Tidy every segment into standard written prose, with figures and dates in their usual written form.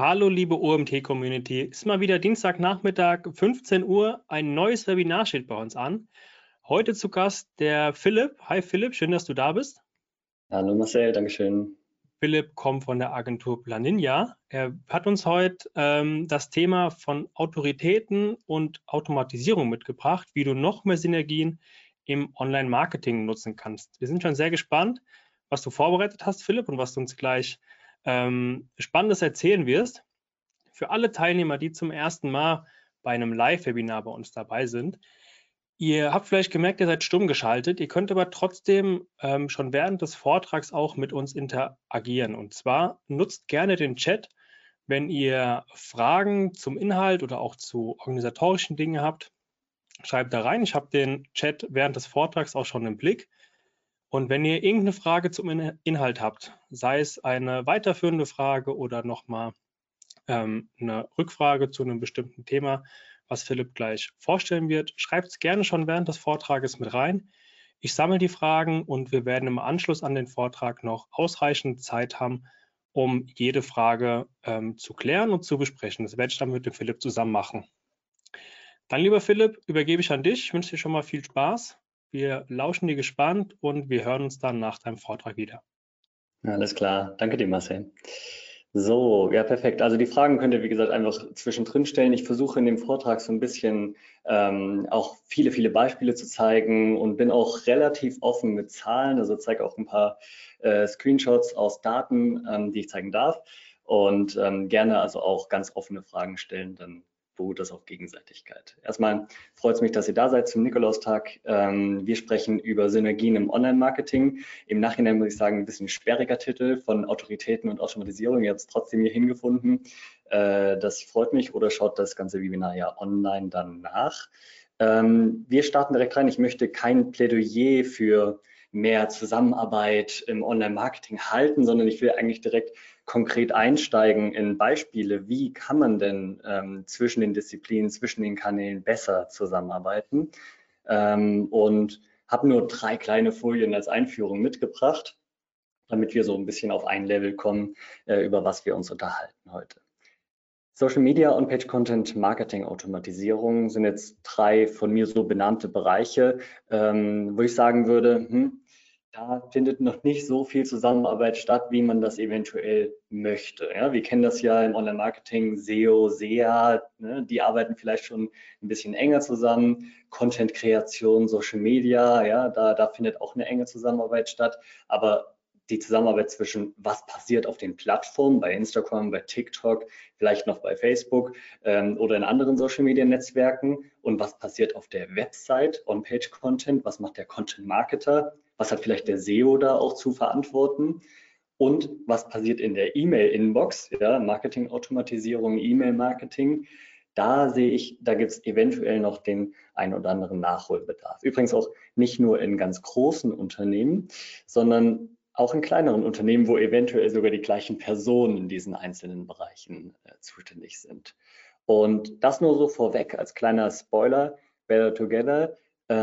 Hallo liebe OMT-Community, ist mal wieder Dienstagnachmittag, 15 Uhr, ein neues Webinar steht bei uns an. Heute zu Gast der Philipp. Hi Philipp, schön, dass du da bist. Hallo Marcel, Dankeschön. Philipp kommt von der Agentur Planinja. Er hat uns heute das Thema von Autoritäten und Automatisierung mitgebracht, wie du noch mehr Synergien im Online-Marketing nutzen kannst. Wir sind schon sehr gespannt, was du vorbereitet hast, Philipp, und was du uns gleich Spannendes erzählen wirst. Für alle Teilnehmer, die zum ersten Mal bei einem Live-Webinar bei uns dabei sind, ihr habt vielleicht gemerkt, ihr seid stumm geschaltet. Ihr könnt aber trotzdem schon während des Vortrags auch mit uns interagieren. Und zwar nutzt gerne den Chat, wenn ihr Fragen zum Inhalt oder auch zu organisatorischen Dingen habt. Schreibt da rein. Ich habe den Chat während des Vortrags auch schon im Blick. Und wenn ihr irgendeine Frage zum Inhalt habt, sei es eine weiterführende Frage oder nochmal eine Rückfrage zu einem bestimmten Thema, was Philipp gleich vorstellen wird, schreibt es gerne schon während des Vortrages mit rein. Ich sammle die Fragen und wir werden im Anschluss an den Vortrag noch ausreichend Zeit haben, um jede Frage zu klären und zu besprechen. Das werde ich dann mit dem Philipp zusammen machen. Dann, lieber Philipp, übergebe ich an dich. Ich wünsche dir schon mal viel Spaß. Wir lauschen dir gespannt und wir hören uns dann nach deinem Vortrag wieder. Alles klar, danke dir Marcel. So, ja perfekt. Also die Fragen könnt ihr wie gesagt einfach zwischendrin stellen. Ich versuche in dem Vortrag so ein bisschen auch viele Beispiele zu zeigen und bin auch relativ offen mit Zahlen. Also zeige auch ein paar Screenshots aus Daten, die ich zeigen darf und gerne also auch ganz offene Fragen stellen, dann beruht das auf Gegenseitigkeit. Erstmal freut es mich, dass ihr da seid zum Nikolaustag. Wir sprechen über Synergien im Online-Marketing. Im Nachhinein muss ich sagen, ein bisschen sperriger Titel von Autoritäten und Automatisierung. Ihr habt es trotzdem hier hingefunden. Das freut mich. Oder schaut das ganze Webinar ja online dann nach. Wir starten direkt rein. Ich möchte kein Plädoyer für mehr Zusammenarbeit im Online-Marketing halten, sondern ich will eigentlich direkt konkret einsteigen in Beispiele. Wie kann man denn zwischen den Disziplinen, zwischen den Kanälen besser zusammenarbeiten? Und habe nur 3 kleine Folien als Einführung mitgebracht, damit wir so ein bisschen auf ein Level kommen, über was wir uns unterhalten heute. Social Media, On-Page Content, Marketing, Automatisierung sind jetzt 3 von mir so benannte Bereiche, wo ich sagen würde, da findet noch nicht so viel Zusammenarbeit statt, wie man das eventuell möchte. Ja, wir kennen das ja im Online-Marketing, SEO, SEA, ne, die arbeiten vielleicht schon ein bisschen enger zusammen. Content-Kreation, Social Media, ja, da findet auch eine enge Zusammenarbeit statt. Aber die Zusammenarbeit zwischen, was passiert auf den Plattformen, bei Instagram, bei TikTok, vielleicht noch bei Facebook oder in anderen Social-Media-Netzwerken und was passiert auf der Website, On-Page-Content, was macht der Content-Marketer, was hat vielleicht der SEO da auch zu verantworten und was passiert in der E-Mail-Inbox, ja, Marketing-Automatisierung, E-Mail-Marketing. Da sehe ich, da gibt es eventuell noch den ein oder anderen Nachholbedarf. Übrigens auch nicht nur in ganz großen Unternehmen, sondern auch in kleineren Unternehmen, wo eventuell sogar die gleichen Personen in diesen einzelnen Bereichen zuständig sind. Und das nur so vorweg als kleiner Spoiler, Better Together.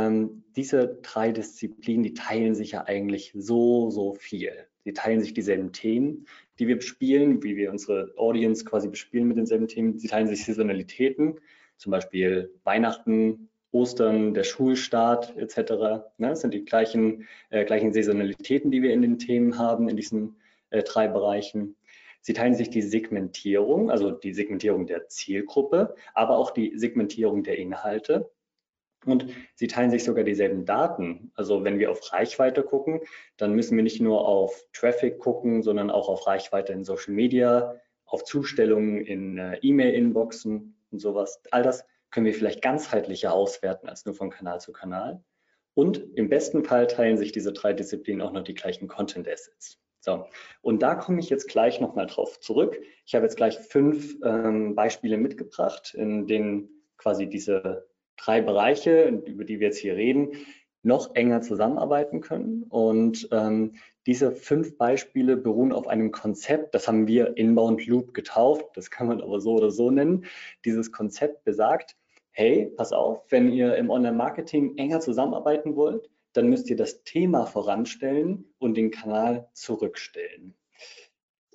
Diese 3 Disziplinen, die teilen sich ja eigentlich so viel. Sie teilen sich dieselben Themen, die wir bespielen, wie wir unsere Audience quasi bespielen mit denselben Themen. Sie teilen sich Saisonalitäten, zum Beispiel Weihnachten, Ostern, der Schulstart etc. Ne, das sind die gleichen Saisonalitäten, die wir in den Themen haben, in diesen 3 Bereichen. Sie teilen sich die Segmentierung, also die Segmentierung der Zielgruppe, aber auch die Segmentierung der Inhalte. Und sie teilen sich sogar dieselben Daten. Also wenn wir auf Reichweite gucken, dann müssen wir nicht nur auf Traffic gucken, sondern auch auf Reichweite in Social Media, auf Zustellungen in E-Mail-Inboxen und sowas. All das können wir vielleicht ganzheitlicher auswerten als nur von Kanal zu Kanal. Und im besten Fall teilen sich diese 3 Disziplinen auch noch die gleichen Content Assets. So, und da komme ich jetzt gleich nochmal drauf zurück. Ich habe jetzt gleich 5 Beispiele mitgebracht, in denen quasi diese 3 Bereiche, über die wir jetzt hier reden, noch enger zusammenarbeiten können. Und diese 5 Beispiele beruhen auf einem Konzept, das haben wir Inbound Loop getauft, das kann man aber so oder so nennen. Dieses Konzept besagt, hey, pass auf, wenn ihr im Online-Marketing enger zusammenarbeiten wollt, dann müsst ihr das Thema voranstellen und den Kanal zurückstellen.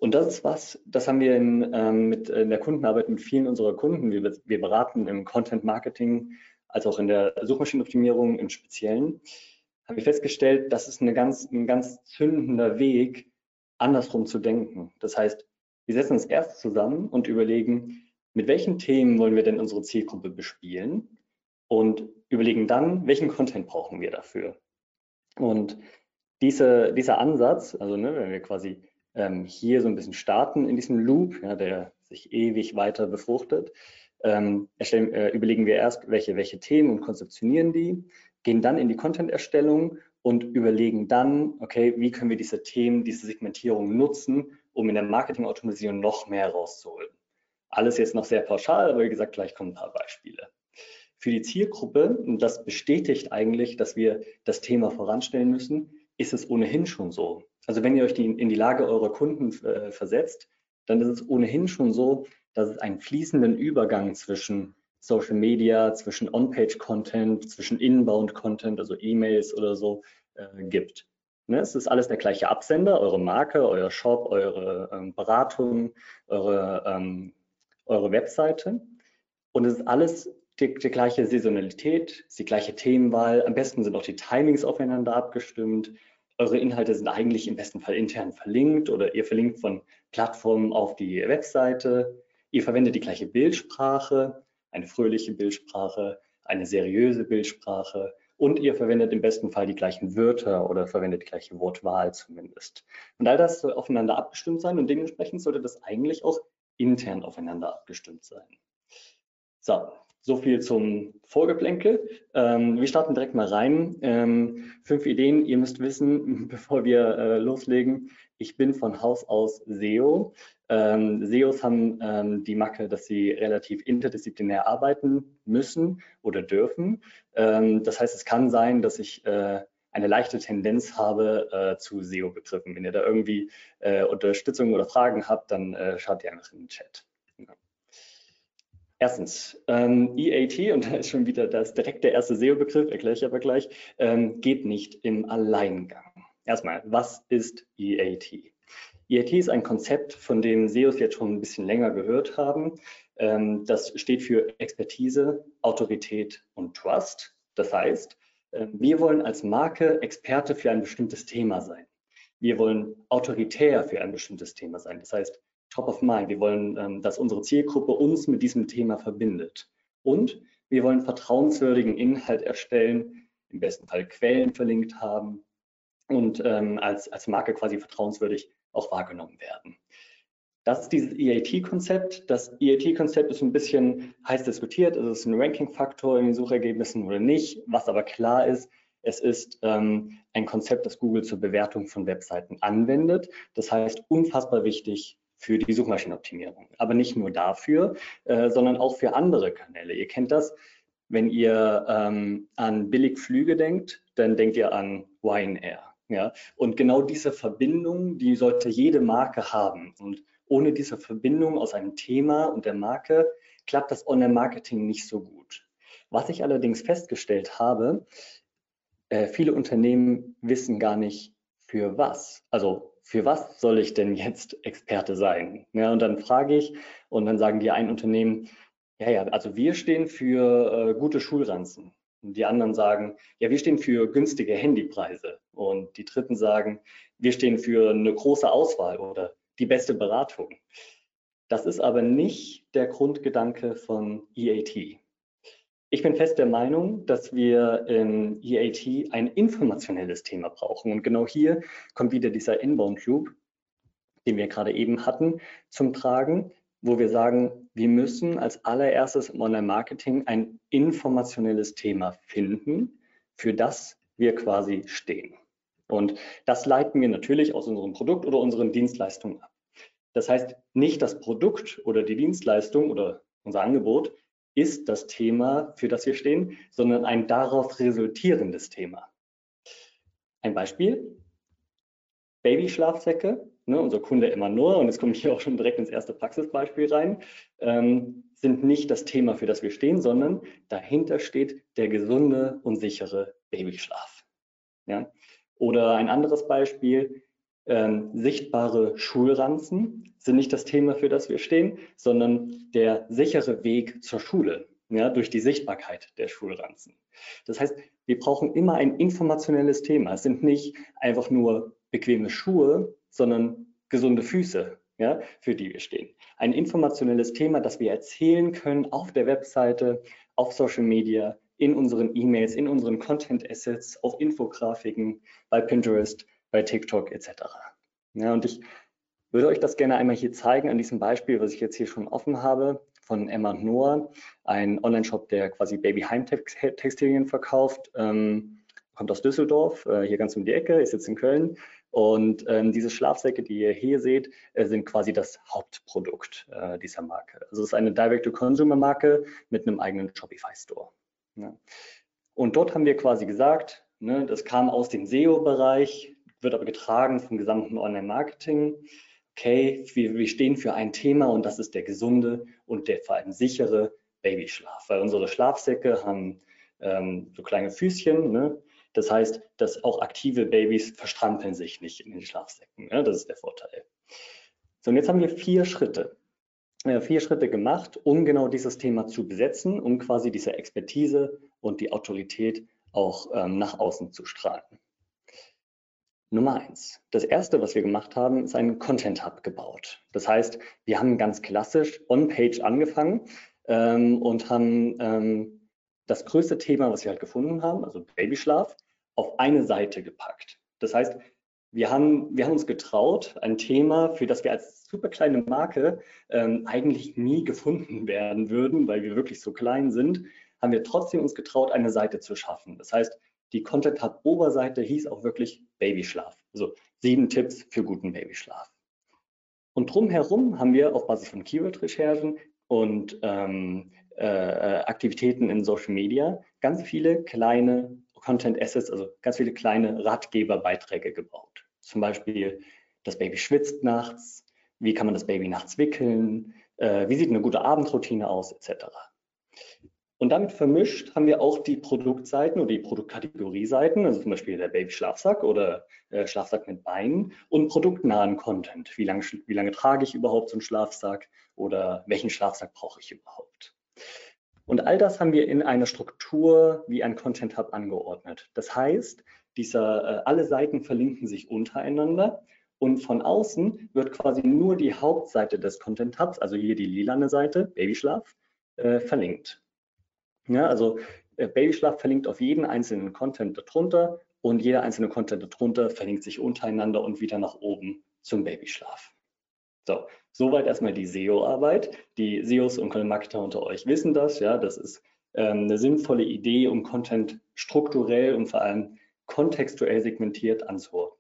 Und das ist was, das haben wir in der Kundenarbeit mit vielen unserer Kunden. Wir beraten im Content Marketing als auch in der Suchmaschinenoptimierung im Speziellen. Haben wir festgestellt, das ist ein ganz zündender Weg, andersrum zu denken. Das heißt, wir setzen uns erst zusammen und überlegen, mit welchen Themen wollen wir denn unsere Zielgruppe bespielen und überlegen dann, welchen Content brauchen wir dafür. Und dieser Ansatz, also wenn wir quasi hier so ein bisschen starten in diesem Loop, ja, der sich ewig weiter befruchtet, überlegen wir erst, welche Themen und konzeptionieren die, gehen dann in die Content-Erstellung und überlegen dann, okay, wie können wir diese Themen, diese Segmentierung nutzen, um in der Marketing-Automatisierung noch mehr rauszuholen. Alles jetzt noch sehr pauschal, aber wie gesagt, gleich kommen ein paar Beispiele. Für die Zielgruppe, und das bestätigt eigentlich, dass wir das Thema voranstellen müssen, ist es ohnehin schon so. Also wenn ihr euch in die Lage eurer Kunden versetzt, dann ist es ohnehin schon so, dass es einen fließenden Übergang zwischen Social Media, zwischen On-Page-Content, zwischen Inbound-Content, also E-Mails oder so, gibt. Ne, es ist alles der gleiche Absender, eure Marke, euer Shop, eure Beratung, eure Webseite. Und es ist alles die gleiche Saisonalität, die gleiche Themenwahl. Am besten sind auch die Timings aufeinander abgestimmt. Eure Inhalte sind eigentlich im besten Fall intern verlinkt oder ihr verlinkt von Plattformen auf die Webseite. Ihr verwendet die gleiche Bildsprache, eine fröhliche Bildsprache, eine seriöse Bildsprache und ihr verwendet im besten Fall die gleichen Wörter oder verwendet die gleiche Wortwahl zumindest. Und all das soll aufeinander abgestimmt sein und dementsprechend sollte das eigentlich auch intern aufeinander abgestimmt sein. So viel zum Vorgeplänkel. Wir starten direkt mal rein. 5 Ideen. Ihr müsst wissen, bevor wir loslegen, ich bin von Haus aus SEO. SEOs haben die Macke, dass sie relativ interdisziplinär arbeiten müssen oder dürfen. Das heißt, es kann sein, dass ich eine leichte Tendenz habe zu SEO-Begriffen. Wenn ihr da irgendwie Unterstützung oder Fragen habt, dann schaut ihr einfach in den Chat. Erstens, EAT, und da ist schon wieder das direkt der erste SEO-Begriff, erkläre ich aber gleich, geht nicht im Alleingang. Erstmal, was ist EAT? EAT ist ein Konzept, von dem SEOs jetzt schon ein bisschen länger gehört haben. Das steht für Expertise, Autorität und Trust. Das heißt, wir wollen als Marke Experte für ein bestimmtes Thema sein. Wir wollen autoritär für ein bestimmtes Thema sein. Das heißt, top of mind. Wir wollen, dass unsere Zielgruppe uns mit diesem Thema verbindet. Und wir wollen vertrauenswürdigen Inhalt erstellen, im besten Fall Quellen verlinkt haben und als Marke quasi vertrauenswürdig auch wahrgenommen werden. Das ist dieses EAT-Konzept. Das EAT-Konzept ist ein bisschen heiß diskutiert. Ist es ein Ranking-Faktor in den Suchergebnissen oder nicht? Was aber klar ist, es ist ein Konzept, das Google zur Bewertung von Webseiten anwendet. Das heißt, unfassbar wichtig für die Suchmaschinenoptimierung. Aber nicht nur dafür, sondern auch für andere Kanäle. Ihr kennt das, wenn ihr an Billigflüge denkt, dann denkt ihr an Ryanair. Ja? Und genau diese Verbindung, die sollte jede Marke haben. Und ohne diese Verbindung aus einem Thema und der Marke klappt das Online-Marketing nicht so gut. Was ich allerdings festgestellt habe, viele Unternehmen wissen gar nicht, für was. Also für was soll ich denn jetzt Experte sein? Ja, und dann frage ich und dann sagen die ein Unternehmen, ja, also wir stehen für gute Schulranzen. Und die anderen sagen, ja, wir stehen für günstige Handypreise. Und die Dritten sagen, wir stehen für eine große Auswahl oder die beste Beratung. Das ist aber nicht der Grundgedanke von EAT. Ich bin fest der Meinung, dass wir im EAT ein informationelles Thema brauchen. Und genau hier kommt wieder dieser Inbound Loop, den wir gerade eben hatten, zum Tragen, wo wir sagen, wir müssen als allererstes im Online-Marketing ein informationelles Thema finden, für das wir quasi stehen. Und das leiten wir natürlich aus unserem Produkt oder unseren Dienstleistungen ab. Das heißt, nicht das Produkt oder die Dienstleistung oder unser Angebot ist das Thema, für das wir stehen, sondern ein darauf resultierendes Thema. Ein Beispiel, Babyschlafsäcke, ne, unser Kunde immer nur, und jetzt komme ich hier auch schon direkt ins erste Praxisbeispiel rein, sind nicht das Thema, für das wir stehen, sondern dahinter steht der gesunde und sichere Babyschlaf. Ja? Oder ein anderes Beispiel, sichtbare Schulranzen sind nicht das Thema, für das wir stehen, sondern der sichere Weg zur Schule, ja, durch die Sichtbarkeit der Schulranzen. Das heißt, wir brauchen immer ein informationelles Thema. Es sind nicht einfach nur bequeme Schuhe, sondern gesunde Füße, ja, für die wir stehen. Ein informationelles Thema, das wir erzählen können auf der Webseite, auf Social Media, in unseren E-Mails, in unseren Content Assets, auf Infografiken, bei Pinterest, bei TikTok etc. Ja, und ich würde euch das gerne einmal hier zeigen an diesem Beispiel, was ich jetzt hier schon offen habe, von Emma und Noah, ein Online-Shop, der quasi Baby-Heimtextilien verkauft, kommt aus Düsseldorf, hier ganz um die Ecke, ist jetzt in Köln. Und diese Schlafsäcke, die ihr hier seht, sind quasi das Hauptprodukt dieser Marke. Also es ist eine Direct-to-Consumer-Marke mit einem eigenen Shopify-Store. Ja. Und dort haben wir quasi gesagt, ne, das kam aus dem SEO-Bereich, wird aber getragen vom gesamten Online-Marketing. Okay, wir stehen für ein Thema und das ist der gesunde und der vor allem sichere Babyschlaf, weil unsere Schlafsäcke haben so kleine Füßchen, ne? Das heißt, dass auch aktive Babys verstrampeln sich nicht in den Schlafsäcken, ne? Das ist der Vorteil. So, und jetzt haben wir 4 Schritte gemacht, um genau dieses Thema zu besetzen, um quasi diese Expertise und die Autorität auch nach außen zu strahlen. Nummer 1. Das erste, was wir gemacht haben, ist einen Content Hub gebaut. Das heißt, wir haben ganz klassisch on-page angefangen und haben das größte Thema, was wir halt gefunden haben, also Babyschlaf, auf eine Seite gepackt. Das heißt, wir haben uns getraut, ein Thema, für das wir als super kleine Marke eigentlich nie gefunden werden würden, weil wir wirklich so klein sind, haben wir trotzdem uns getraut, eine Seite zu schaffen. Das heißt, die Content Hub Oberseite hieß auch wirklich Babyschlaf. Also 7 Tipps für guten Babyschlaf. Und drumherum haben wir auf Basis von Keyword-Recherchen und Aktivitäten in Social Media ganz viele kleine Content Assets, also ganz viele kleine Ratgeberbeiträge gebaut. Zum Beispiel, das Baby schwitzt nachts, wie kann man das Baby nachts wickeln, wie sieht eine gute Abendroutine aus, etc. Und damit vermischt haben wir auch die Produktseiten oder die Produktkategorieseiten, also zum Beispiel der Baby-Schlafsack oder Schlafsack mit Beinen und produktnahen Content. Wie lange trage ich überhaupt so einen Schlafsack oder welchen Schlafsack brauche ich überhaupt? Und all das haben wir in einer Struktur wie ein Content Hub angeordnet. Das heißt, alle Seiten verlinken sich untereinander und von außen wird quasi nur die Hauptseite des Content Hubs, also hier die lilane Seite, Babyschlaf, verlinkt. Ja, also Babyschlaf verlinkt auf jeden einzelnen Content darunter und jeder einzelne Content darunter verlinkt sich untereinander und wieder nach oben zum Babyschlaf. So, soweit erstmal die SEO-Arbeit. Die SEOs und Content-Marketer unter euch wissen das. Ja, das ist eine sinnvolle Idee, um Content strukturell und vor allem kontextuell segmentiert anzuordnen.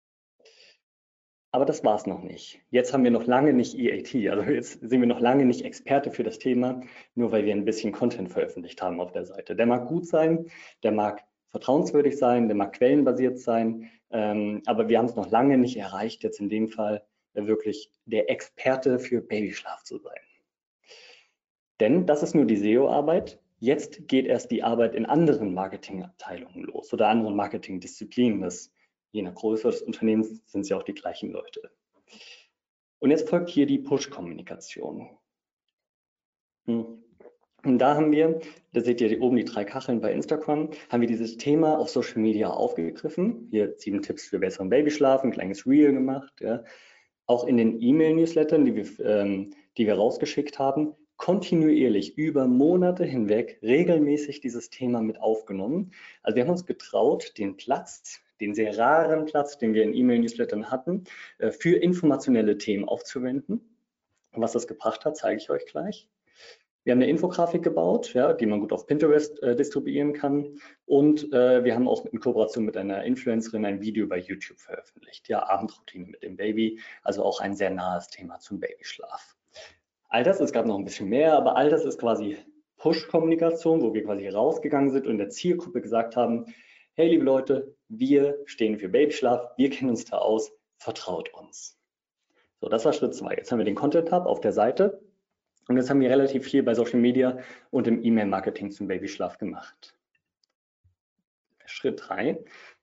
Aber das war es noch nicht. Jetzt haben wir noch lange nicht EAT, also jetzt sind wir noch lange nicht Experte für das Thema, nur weil wir ein bisschen Content veröffentlicht haben auf der Seite. Der mag gut sein, der mag vertrauenswürdig sein, der mag quellenbasiert sein, aber wir haben es noch lange nicht erreicht, jetzt in dem Fall wirklich der Experte für Babyschlaf zu sein. Denn das ist nur die SEO-Arbeit. Jetzt geht erst die Arbeit in anderen Marketingabteilungen los oder anderen Marketingdisziplinen. Je nach Größe des Unternehmens sind es ja auch die gleichen Leute. Und jetzt folgt hier die Push-Kommunikation. Und da haben wir, da seht ihr oben die 3 Kacheln bei Instagram, haben wir dieses Thema auf Social Media aufgegriffen. Hier 7 Tipps für besseren Babyschlaf, ein kleines Reel gemacht. Ja. Auch in den E-Mail-Newslettern, die wir rausgeschickt haben, kontinuierlich über Monate hinweg regelmäßig dieses Thema mit aufgenommen. Also wir haben uns getraut, den sehr raren Platz, den wir in E-Mail-Newslettern hatten, für informationelle Themen aufzuwenden. Und was das gebracht hat, zeige ich euch gleich. Wir haben eine Infografik gebaut, ja, die man gut auf Pinterest distribuieren kann. Und wir haben auch in Kooperation mit einer Influencerin ein Video bei YouTube veröffentlicht. Ja, Abendroutine mit dem Baby, also auch ein sehr nahes Thema zum Babyschlaf. All das, es gab noch ein bisschen mehr, aber all das ist quasi Push-Kommunikation, wo wir quasi rausgegangen sind und der Zielgruppe gesagt haben, hey liebe Leute, wir stehen für Babyschlaf, wir kennen uns da aus, vertraut uns. So, das war Schritt 2. Jetzt haben wir den Content Hub auf der Seite und jetzt haben wir relativ viel bei Social Media und im E-Mail-Marketing zum Babyschlaf gemacht. Schritt 3.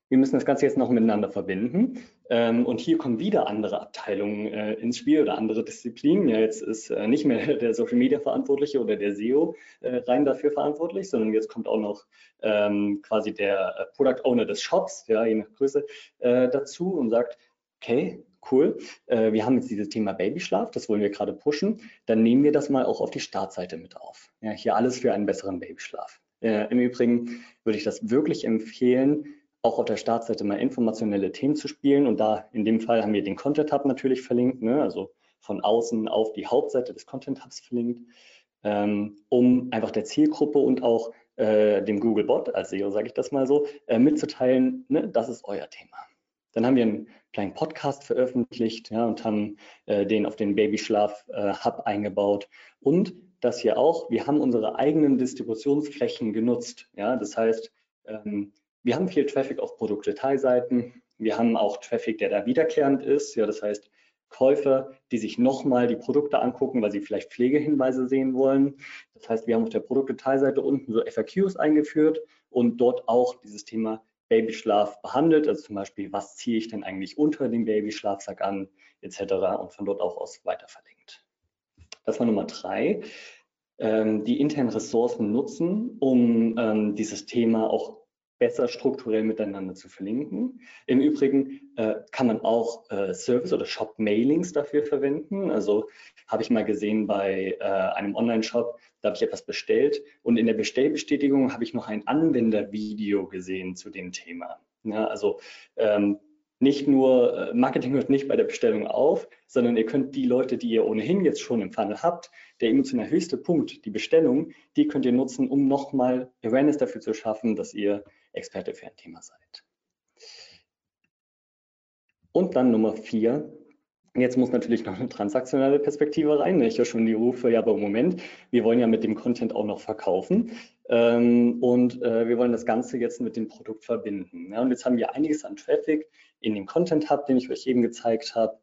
wir müssen das Ganze jetzt noch miteinander verbinden. Und hier kommen wieder andere Abteilungen ins Spiel oder andere Disziplinen. Ja, jetzt ist nicht mehr der Social Media Verantwortliche oder der SEO rein dafür verantwortlich, sondern jetzt kommt auch noch quasi der Product Owner des Shops, ja, je nach Größe, dazu und sagt, okay, cool, wir haben jetzt dieses Thema Babyschlaf, das wollen wir gerade pushen, dann nehmen wir das mal auch auf die Startseite mit auf. Ja, hier alles für einen besseren Babyschlaf. Im Übrigen würde ich das wirklich empfehlen, auch auf der Startseite mal informationelle Themen zu spielen. Und da in dem Fall haben wir den Content Hub natürlich verlinkt, ne? Also von außen auf die Hauptseite des Content Hubs verlinkt, um einfach der Zielgruppe und auch dem Google Bot, als SEO sage ich das mal so, mitzuteilen, ne? Das ist euer Thema. Dann haben wir einen kleinen Podcast veröffentlicht, ja, und haben den auf den Babyschlaf Hub eingebaut. Und das hier auch, wir haben unsere eigenen Distributionsflächen genutzt. Ja, das heißt, wir haben viel Traffic auf Produktdetailseiten. Wir haben auch Traffic, der da wiederkehrend ist. Ja, das heißt, Käufer, die sich nochmal die Produkte angucken, weil sie vielleicht Pflegehinweise sehen wollen. Das heißt, wir haben auf der Produktdetailseite unten so FAQs eingeführt und dort auch dieses Thema Babyschlaf behandelt. Also zum Beispiel, was ziehe ich denn eigentlich unter dem Babyschlafsack an, etc. und von dort auch aus weiter verlinkt. Das war Nummer 3. Die internen Ressourcen nutzen, um dieses Thema auch besser strukturell miteinander zu verlinken. Im Übrigen kann man auch Service- oder Shop-Mailings dafür verwenden. Also habe ich mal gesehen bei einem Online-Shop, da habe ich etwas bestellt und in der Bestellbestätigung habe ich noch ein Anwendervideo gesehen zu dem Thema. Ja, also nicht nur, Marketing hört nicht bei der Bestellung auf, sondern ihr könnt die Leute, die ihr ohnehin jetzt schon im Funnel habt, der emotional höchste Punkt, die Bestellung, die könnt ihr nutzen, um nochmal Awareness dafür zu schaffen, dass ihr Experte für ein Thema seid. Und dann Nummer 4. Jetzt muss natürlich noch eine transaktionelle Perspektive rein. Ich höre schon die Rufe, ja, aber Moment, wir wollen ja mit dem Content auch noch verkaufen und wir wollen das Ganze jetzt mit dem Produkt verbinden. Ja, und jetzt haben wir einiges an Traffic in dem Content Hub, den ich euch eben gezeigt habe,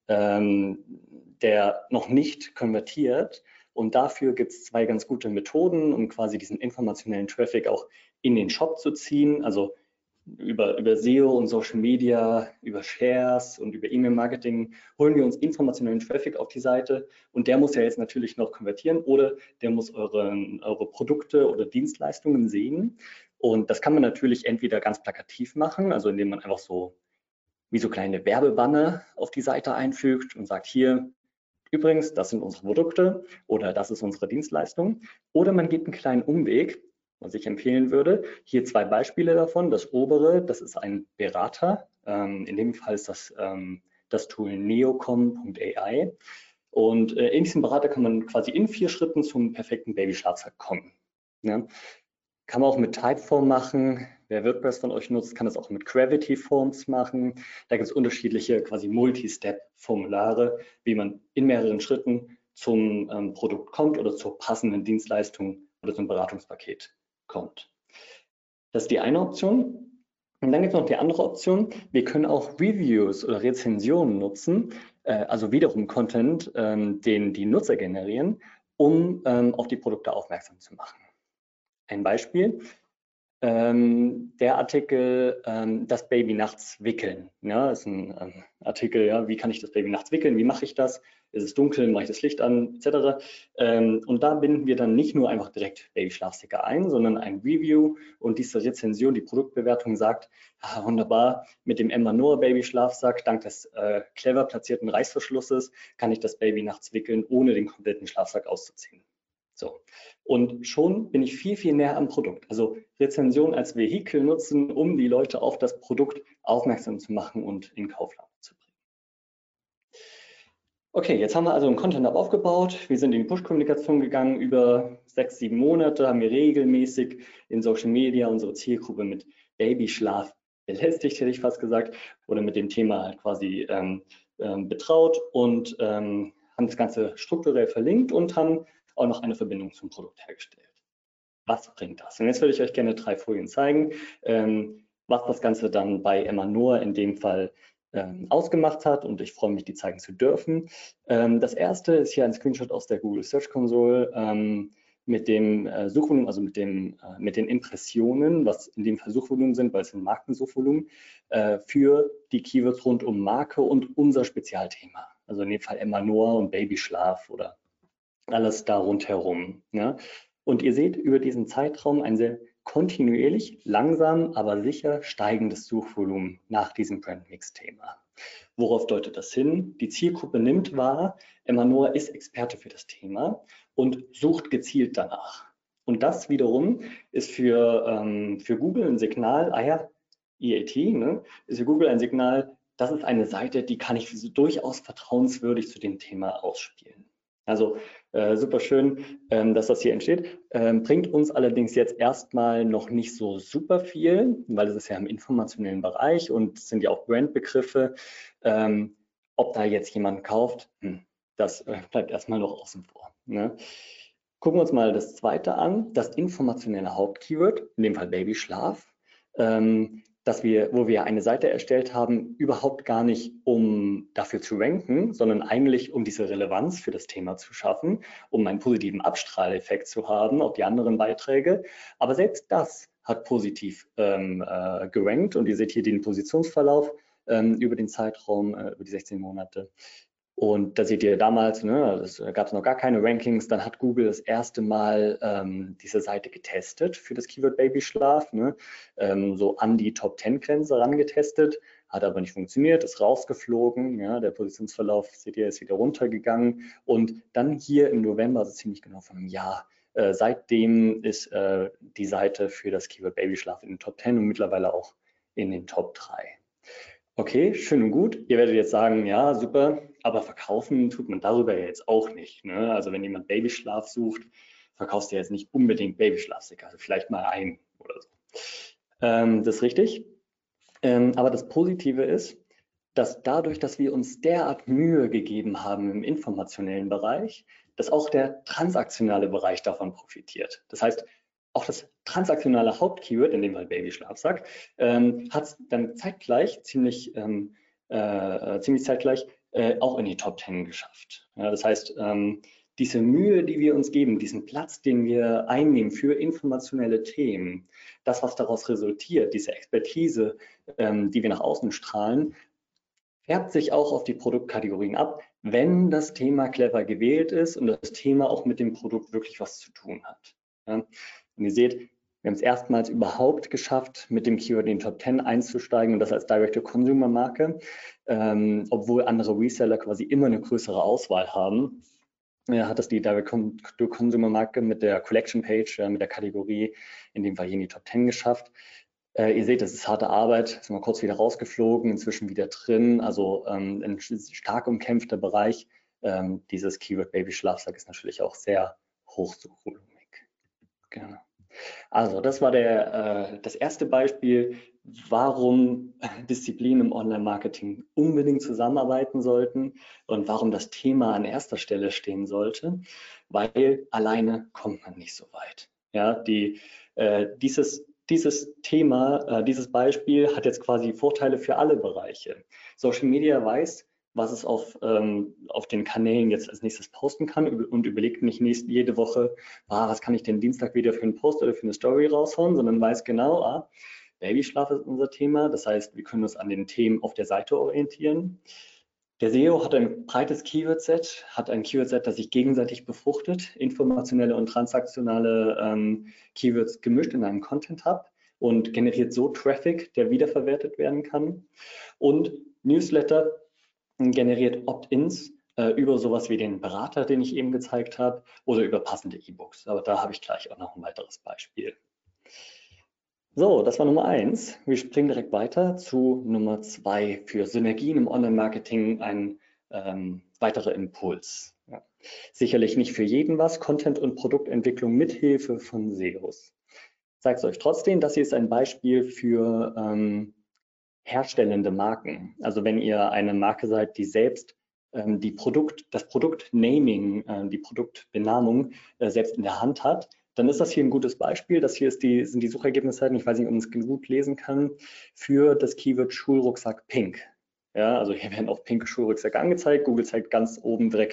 der noch nicht konvertiert. Und dafür gibt es 2 ganz gute Methoden, um quasi diesen informationellen Traffic auch in den Shop zu ziehen. Also über SEO und Social Media, über Shares und über E-Mail-Marketing holen wir uns informationellen Traffic auf die Seite und der muss ja jetzt natürlich noch konvertieren oder der muss eure Produkte oder Dienstleistungen sehen. Und das kann man natürlich entweder ganz plakativ machen, also indem man einfach so wie so kleine Werbebanner auf die Seite einfügt und sagt, hier, übrigens, das sind unsere Produkte oder das ist unsere Dienstleistung. Oder man geht einen kleinen Umweg, was ich empfehlen würde. Hier 2 Beispiele davon. Das obere, das ist ein Berater. In dem Fall ist das Tool neocom.ai. Und in diesem Berater kann man quasi in 4 Schritten zum perfekten Babyschlafsack kommen. Ja. Kann man auch mit Typeform machen. Wer WordPress von euch nutzt, kann das auch mit Gravity Forms machen. Da gibt es unterschiedliche quasi Multi-Step-Formulare, wie man in mehreren Schritten zum Produkt kommt oder zur passenden Dienstleistung oder zum Beratungspaket kommt. Das ist die eine Option. Und dann gibt es noch die andere Option. Wir können auch Reviews oder Rezensionen nutzen, also wiederum Content, den die Nutzer generieren, um auf die Produkte aufmerksam zu machen. Ein Beispiel, der Artikel das Baby nachts wickeln. Ja, ist ein Artikel, ja, wie kann ich das Baby nachts wickeln, wie mache ich das, ist es dunkel, mache ich das Licht an, etc. Und da binden wir dann nicht nur einfach direkt Babyschlafsäcke ein, sondern ein Review und diese Rezension, die Produktbewertung sagt, wunderbar, mit dem Emma Noah Babyschlafsack, dank des clever platzierten Reißverschlusses, kann ich das Baby nachts wickeln, ohne den kompletten Schlafsack auszuziehen. So. Und schon bin ich viel, viel näher am Produkt. Also Rezension als Vehikel nutzen, um die Leute auf das Produkt aufmerksam zu machen und in Kauflaune zu bringen. Okay, jetzt haben wir also einen Content Hub aufgebaut. Wir sind in die Push-Kommunikation gegangen. Über 6, 7 Monate haben wir regelmäßig in Social Media unsere Zielgruppe mit Babyschlaf belästigt, hätte ich fast gesagt, oder mit dem Thema halt quasi betraut und haben das Ganze strukturell verlinkt und haben auch noch eine Verbindung zum Produkt hergestellt. Was bringt das? Und jetzt würde ich euch gerne 3 Folien zeigen, was das Ganze dann bei Emma Noah in dem Fall ausgemacht hat und ich freue mich, die zeigen zu dürfen. Das erste ist hier ein Screenshot aus der Google Search Console. mit dem Suchvolumen, also mit den Impressionen, was in dem Fall Suchvolumen sind, weil es ein Markensuchvolumen, für die Keywords rund um Marke und unser Spezialthema. Also in dem Fall Emma Noah und Babyschlaf oder alles da rundherum. Ne? Und ihr seht über diesen Zeitraum ein sehr kontinuierlich, langsam, aber sicher steigendes Suchvolumen nach diesem Brandmix-Thema. Worauf deutet das hin? Die Zielgruppe nimmt wahr, Emma Noah ist Experte für das Thema und sucht gezielt danach. Und das wiederum ist für Google ein Signal, EAT, ne, ist für Google ein Signal, das ist eine Seite, die kann ich durchaus vertrauenswürdig zu dem Thema ausspielen. Also super schön, dass das hier entsteht. Bringt uns allerdings jetzt erstmal noch nicht so super viel, weil es ist ja im informationellen Bereich und es sind ja auch Brandbegriffe. Ob da jetzt jemand kauft, das bleibt erstmal noch außen vor. Ne? Gucken wir uns mal das zweite an, das informationelle Hauptkeyword, in dem Fall Babyschlaf. Wo wir eine Seite erstellt haben, überhaupt gar nicht, um dafür zu ranken, sondern eigentlich, um diese Relevanz für das Thema zu schaffen, um einen positiven Abstrahleffekt zu haben auf die anderen Beiträge. Aber selbst das hat positiv gerankt und ihr seht hier den Positionsverlauf über den Zeitraum, über die 16 Monate. Und da seht ihr damals, ne, es gab noch gar keine Rankings, dann hat Google das erste Mal diese Seite getestet für das Keyword Babyschlaf, ne, so an die Top-10-Grenze rangetestet, hat aber nicht funktioniert, ist rausgeflogen, ja, der Positionsverlauf, seht ihr, ist wieder runtergegangen und dann hier im November, also ziemlich genau vor einem Jahr, seitdem ist die Seite für das Keyword Babyschlaf in den Top 10 und mittlerweile auch in den Top 3. Okay, schön und gut. Ihr werdet jetzt sagen, ja, super, aber verkaufen tut man darüber ja jetzt auch nicht. Ne? Also wenn jemand Babyschlaf sucht, verkaufst du jetzt nicht unbedingt Babyschlafsticker, also vielleicht mal einen oder so. Das ist richtig. Aber das Positive ist, dass dadurch, dass wir uns derart Mühe gegeben haben im informationellen Bereich, dass auch der transaktionale Bereich davon profitiert. Das heißt, auch das transaktionale Hauptkeyword, in dem Fall Babyschlafsack, hat es dann zeitgleich, ziemlich zeitgleich, auch in die Top 10 geschafft. Ja, das heißt, diese Mühe, die wir uns geben, diesen Platz, den wir einnehmen für informationelle Themen, das, was daraus resultiert, diese Expertise, die wir nach außen strahlen, färbt sich auch auf die Produktkategorien ab, wenn das Thema clever gewählt ist und das Thema auch mit dem Produkt wirklich was zu tun hat. Ja. Und ihr seht, wir haben es erstmals überhaupt geschafft, mit dem Keyword in den Top 10 einzusteigen und das als Direct-to-Consumer-Marke, obwohl andere Reseller quasi immer eine größere Auswahl haben. Hat das die Direct-to-Consumer-Marke mit der Collection-Page, mit der Kategorie, in dem Fall hier in die Top 10 geschafft. Ihr seht, das ist harte Arbeit, ist mal kurz wieder rausgeflogen, inzwischen wieder drin, also ein stark umkämpfter Bereich. Dieses Keyword Babyschlafsack ist natürlich auch sehr hochsuchvolumig. Genau. Also das war das erste Beispiel, warum Disziplinen im Online-Marketing unbedingt zusammenarbeiten sollten und warum das Thema an erster Stelle stehen sollte, weil alleine kommt man nicht so weit. Ja, dieses Thema, dieses Beispiel hat jetzt quasi Vorteile für alle Bereiche. Social Media weiß, was es auf den Kanälen jetzt als nächstes posten kann und überlegt nicht jede Woche, was kann ich denn Dienstag wieder für einen Post oder für eine Story raushauen, sondern weiß genau, Babyschlaf ist unser Thema. Das heißt, wir können uns an den Themen auf der Seite orientieren. Der SEO hat ein breites Keyword-Set, das sich gegenseitig befruchtet, informationelle und transaktionale Keywords gemischt in einem Content-Hub und generiert so Traffic, der wiederverwertet werden kann. Und Newsletter generiert Opt-ins über sowas wie den Berater, den ich eben gezeigt habe, oder über passende E-Books. Aber da habe ich gleich auch noch ein weiteres Beispiel. So, das war Nummer 1. Wir springen direkt weiter zu Nummer 2 für Synergien im Online-Marketing, ein weiterer Impuls. Ja. Sicherlich nicht für jeden was, Content- und Produktentwicklung mit Hilfe von SEOs. Ich zeige es euch trotzdem, das hier ist ein Beispiel für herstellende Marken. Also wenn ihr eine Marke seid, die selbst das Produktnaming, die Produktbenamung selbst in der Hand hat, dann ist das hier ein gutes Beispiel. Das hier sind die Suchergebnisseiten, ich weiß nicht, ob man es gut lesen kann, für das Keyword Schulrucksack Pink. Ja, also hier werden auch pinke Schulrucksäcke angezeigt. Google zeigt ganz oben direkt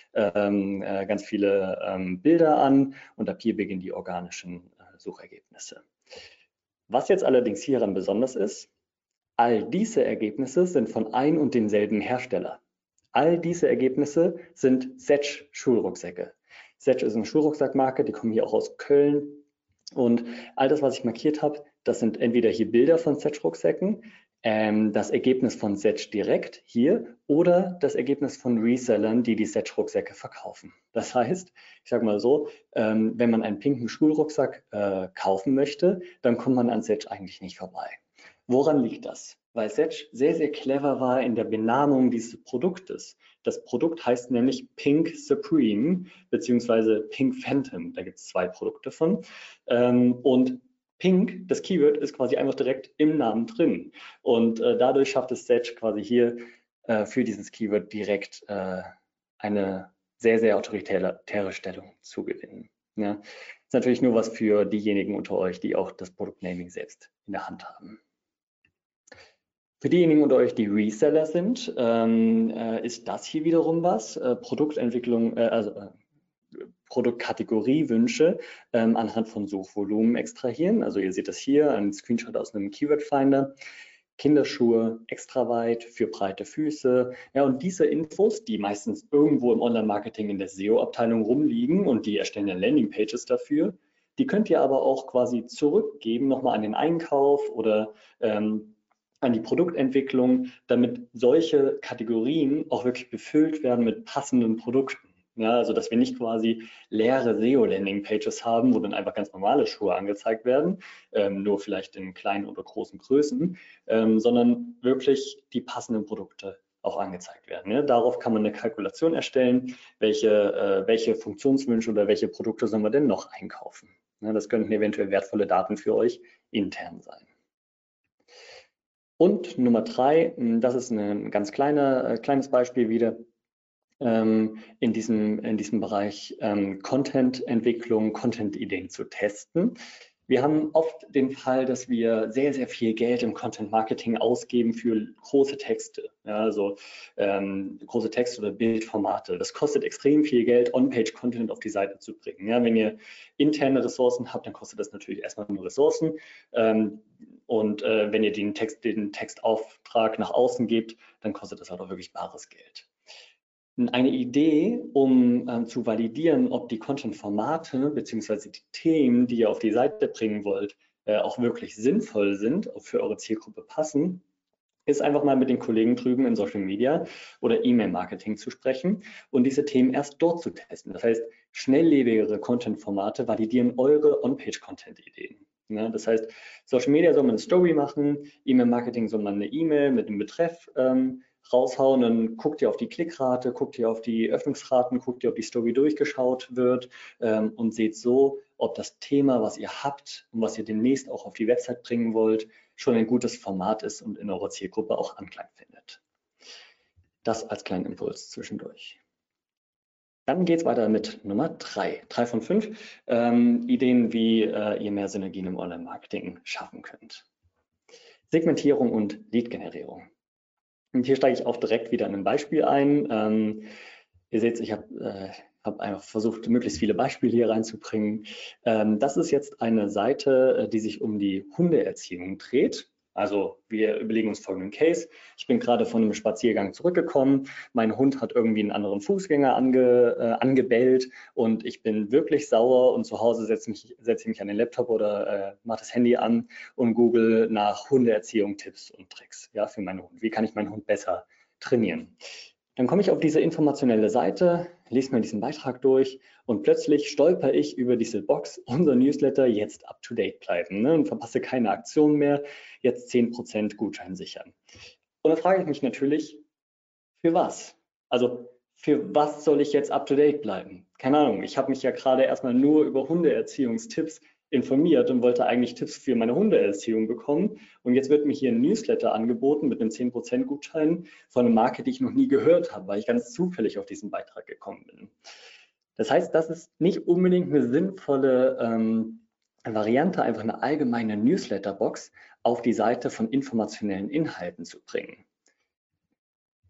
ganz viele Bilder an und ab hier beginnen die organischen Suchergebnisse. Was jetzt allerdings hieran besonders ist, all diese Ergebnisse sind von ein und denselben Hersteller. All diese Ergebnisse sind Szedge Schulrucksäcke. Szedge ist eine Schulrucksackmarke, die kommen hier auch aus Köln. Und all das, was ich markiert habe, das sind entweder hier Bilder von Szedge Rucksäcken, das Ergebnis von Szedge direkt hier oder das Ergebnis von Resellern, die die Szedge Rucksäcke verkaufen. Das heißt, ich sage mal so, wenn man einen pinken Schulrucksack kaufen möchte, dann kommt man an Szedge eigentlich nicht vorbei. Woran liegt das? Weil Szedge sehr, sehr clever war in der Benamung dieses Produktes. Das Produkt heißt nämlich Pink Supreme beziehungsweise Pink Phantom. Da gibt es 2 Produkte von. Und Pink, das Keyword, ist quasi einfach direkt im Namen drin. Und dadurch schafft es Szedge quasi hier für dieses Keyword direkt eine sehr, sehr autoritäre Stellung zu gewinnen. Ja. Das ist natürlich nur was für diejenigen unter euch, die auch das Produktnaming selbst in der Hand haben. Für diejenigen unter euch, die Reseller sind, ist das hier wiederum was. Produktentwicklung, Produktkategoriewünsche anhand von Suchvolumen extrahieren. Also ihr seht das hier, ein Screenshot aus einem Keyword Finder. Kinderschuhe extra weit für breite Füße. Ja, und diese Infos, die meistens irgendwo im Online-Marketing in der SEO-Abteilung rumliegen und die erstellen dann Landingpages dafür, die könnt ihr aber auch quasi zurückgeben, nochmal an den Einkauf oder an die Produktentwicklung, damit solche Kategorien auch wirklich befüllt werden mit passenden Produkten. Ja, also dass wir nicht quasi leere SEO-Landing-Pages haben, wo dann einfach ganz normale Schuhe angezeigt werden, nur vielleicht in kleinen oder großen Größen, sondern wirklich die passenden Produkte auch angezeigt werden. Ja, darauf kann man eine Kalkulation erstellen, welche Funktionswünsche oder welche Produkte sollen wir denn noch einkaufen. Ja, das könnten eventuell wertvolle Daten für euch intern sein. Und Nummer 3, das ist ein ganz kleines Beispiel wieder, in diesem Bereich Content-Entwicklung, Content-Ideen zu testen. Wir haben oft den Fall, dass wir sehr, sehr viel Geld im Content-Marketing ausgeben für große Texte, ja, also große Texte oder Bildformate. Das kostet extrem viel Geld, On-Page-Content auf die Seite zu bringen. Ja, wenn ihr interne Ressourcen habt, dann kostet das natürlich erstmal nur Ressourcen. Und wenn ihr den Textauftrag nach außen gebt, dann kostet das halt auch wirklich bares Geld. Eine Idee, um zu validieren, ob die Content-Formate bzw. die Themen, die ihr auf die Seite bringen wollt, auch wirklich sinnvoll sind, auch für eure Zielgruppe passen, ist einfach mal mit den Kollegen drüben in Social Media oder E-Mail-Marketing zu sprechen und diese Themen erst dort zu testen. Das heißt, schnelllebigere Content-Formate validieren eure On-Page-Content-Ideen. Ja, das heißt, Social Media soll man eine Story machen, E-Mail-Marketing soll man eine E-Mail mit einem Betreff raushauen, dann guckt ihr auf die Klickrate, guckt ihr auf die Öffnungsraten, guckt ihr, ob die Story durchgeschaut wird und seht so, ob das Thema, was ihr habt und was ihr demnächst auch auf die Website bringen wollt, schon ein gutes Format ist und in eurer Zielgruppe auch Anklang findet. Das als kleinen Impuls zwischendurch. Dann geht es weiter mit Nummer 3. 3 von 5 Ideen, wie ihr mehr Synergien im Online-Marketing schaffen könnt. Segmentierung und Lead-Generierung. Und hier steige ich auch direkt wieder in ein Beispiel ein. Ihr seht, ich habe einfach versucht, möglichst viele Beispiele hier reinzubringen. Das ist jetzt eine Seite, die sich um die Hundeerziehung dreht. Also wir überlegen uns folgenden Case. Ich bin gerade von einem Spaziergang zurückgekommen. Mein Hund hat irgendwie einen anderen Fußgänger angebellt und ich bin wirklich sauer und zu Hause setze ich mich an den Laptop oder mache das Handy an und google nach Hundeerziehung, Tipps und Tricks, ja, für meinen Hund. Wie kann ich meinen Hund besser trainieren? Dann komme ich auf diese informationelle Seite, lese mir diesen Beitrag durch und plötzlich stolper ich über diese Box, unser Newsletter jetzt up to date bleiben, ne, und verpasse keine Aktion mehr, jetzt 10% Gutschein sichern. Und dann frage ich mich natürlich, für was? Also für was soll ich jetzt up to date bleiben? Keine Ahnung, ich habe mich ja gerade erstmal nur über Hundeerziehungstipps informiert und wollte eigentlich Tipps für meine Hundeerziehung bekommen. Und jetzt wird mir hier ein Newsletter angeboten mit einem 10% Gutschein von einer Marke, die ich noch nie gehört habe, weil ich ganz zufällig auf diesen Beitrag gekommen bin. Das heißt, das ist nicht unbedingt eine sinnvolle Variante, einfach eine allgemeine Newsletterbox auf die Seite von informationellen Inhalten zu bringen.